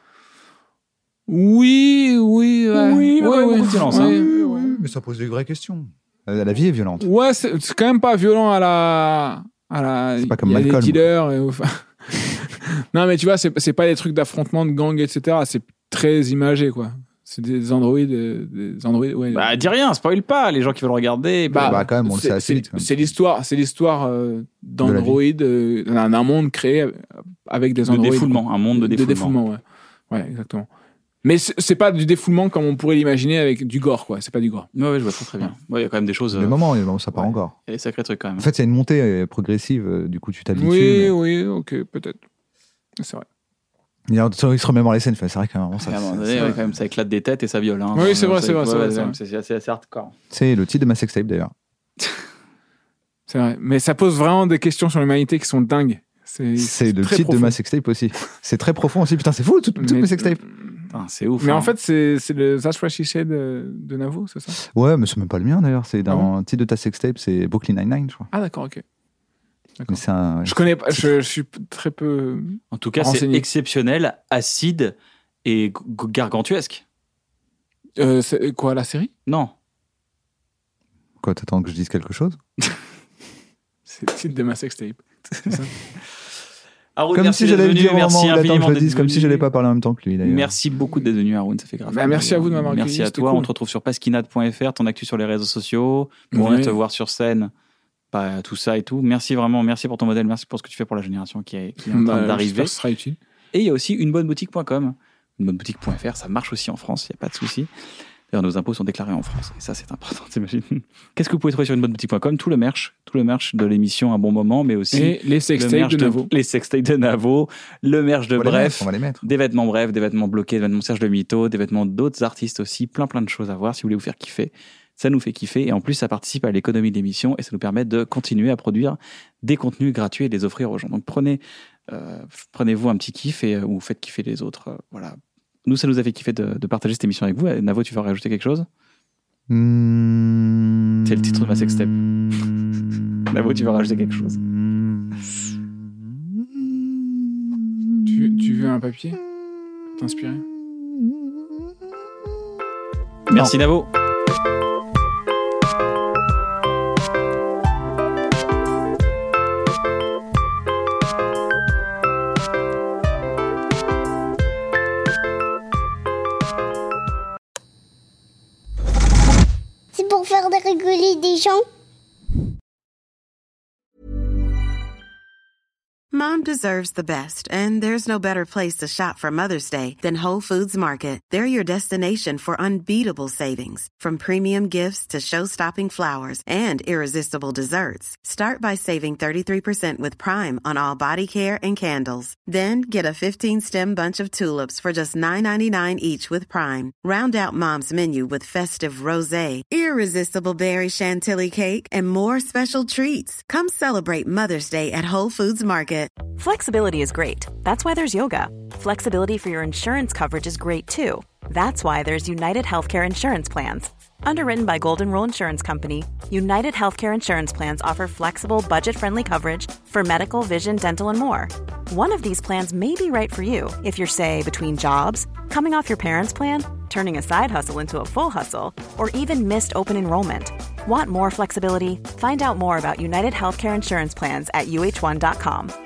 Oui, beaucoup de violence. Oui, mais ça pose des vraies questions. La vie est violente. Ouais, c'est quand même pas violent à la... C'est pas comme Malcolm. Les dealers. Non, mais tu vois, c'est pas des trucs d'affrontement de gang, etc. C'est très imagé, quoi. C'est des androïdes. Ouais. Bah, dis rien, spoil pas. Les gens qui veulent regarder. Bah quand même, on le sait assez vite. C'est l'histoire d'androïdes, d'un monde créé avec des androïdes. Un monde de défoulement. Ouais, exactement. Mais c'est pas du défoulement comme on pourrait l'imaginer avec du gore, quoi. C'est pas du gore. Ouais, je vois très bien. Il y a quand même des choses. Des moments, ça part en gore. Il y a des sacrés trucs quand même. En fait, il y a une montée progressive, du coup, tu t'habitues. Oui, ok, peut-être. C'est vrai. Il se remémore les scènes, c'est vrai qu'à un moment, ça éclate des têtes et ça viole. Hein. Oui, c'est vrai. C'est assez hardcore. C'est le titre de ma sextape d'ailleurs. C'est vrai. Mais ça pose vraiment des questions sur l'humanité qui sont dingues. C'est le titre de ma sextape aussi. C'est très profond aussi. Putain, c'est fou, toutes mes sextapes. C'est ouf. Mais en fait, c'est le That's What She Said de Navo, c'est ça? Ouais, mais c'est même pas le mien d'ailleurs. C'est dans le titre de ta sextape, c'est Brooklyn Nine-Nine, je crois. Ah, d'accord, ok. Mais je connais pas, je suis très peu. En tout cas, renseigné. C'est exceptionnel, acide et gargantuesque. C'est quoi, la série? Non. Quoi, t'attends que je dise quelque chose? C'est le titre de ma sextape. C'est ça. Haroun, comme si j'allais le dire au moment où infiniment je le dise, comme si j'allais pas parler en même temps que lui d'ailleurs. Merci beaucoup d'être venu, Haroun, ça fait grave. Merci à vous de m'avoir accueilli. Merci à toi, cool. On te retrouve sur pasquinade.fr, ton actu sur les réseaux sociaux, pour venir te voir sur scène, tout ça et tout. Merci vraiment, merci pour ton modèle, merci pour ce que tu fais pour la génération qui est en train d'arriver. Ce sera utile. Et il y a aussi unebonneboutique.com, unebonneboutique.fr, ça marche aussi en France, il n'y a pas de souci. D'ailleurs, nos impôts sont déclarés en France. Et ça, c'est important, t'imagines. Qu'est-ce que vous pouvez trouver sur unebonneboutique.com? Tout le merch de l'émission Un Bon Moment, mais aussi... Et les sextapes de Navo. Les sextapes de Navo, le merch de Bref. On va les mettre. Des vêtements Bref, des vêtements bloqués, des vêtements Serge Le Mito, des vêtements d'autres artistes aussi. Plein de choses à voir si vous voulez vous faire kiffer. Ça nous fait kiffer. Et en plus, ça participe à l'économie de l'émission et ça nous permet de continuer à produire des contenus gratuits et les offrir aux gens. Donc, prenez-vous un petit kiff ou faites kiffer les autres. Voilà. Nous, ça nous a fait kiffer de partager cette émission avec vous. Navo, tu veux rajouter quelque chose? C'est le titre de ma sextape. Navo, tu veux rajouter quelque chose? Tu veux un papier? T'inspirer? Merci, Navo. Pour faire rigoler des gens. Mom deserves the best, and there's no better place to shop for Mother's Day than Whole Foods Market. They're your destination for unbeatable savings, from premium gifts to show-stopping flowers and irresistible desserts. Start by saving 33% with Prime on all body care and candles. Then get a 15-stem bunch of tulips for just $9.99 each with Prime. Round out Mom's menu with festive rosé, irresistible berry chantilly cake, and more special treats. Come celebrate Mother's Day at Whole Foods Market. Flexibility is great. That's why there's yoga. Flexibility for your insurance coverage is great too. That's why there's United Healthcare Insurance Plans. Underwritten by Golden Rule Insurance Company, United Healthcare Insurance Plans offer flexible, budget-friendly coverage for medical, vision, dental, and more. One of these plans may be right for you if you're, say, between jobs, coming off your parents' plan, turning a side hustle into a full hustle, or even missed open enrollment. Want more flexibility? Find out more about United Healthcare Insurance Plans at uh1.com.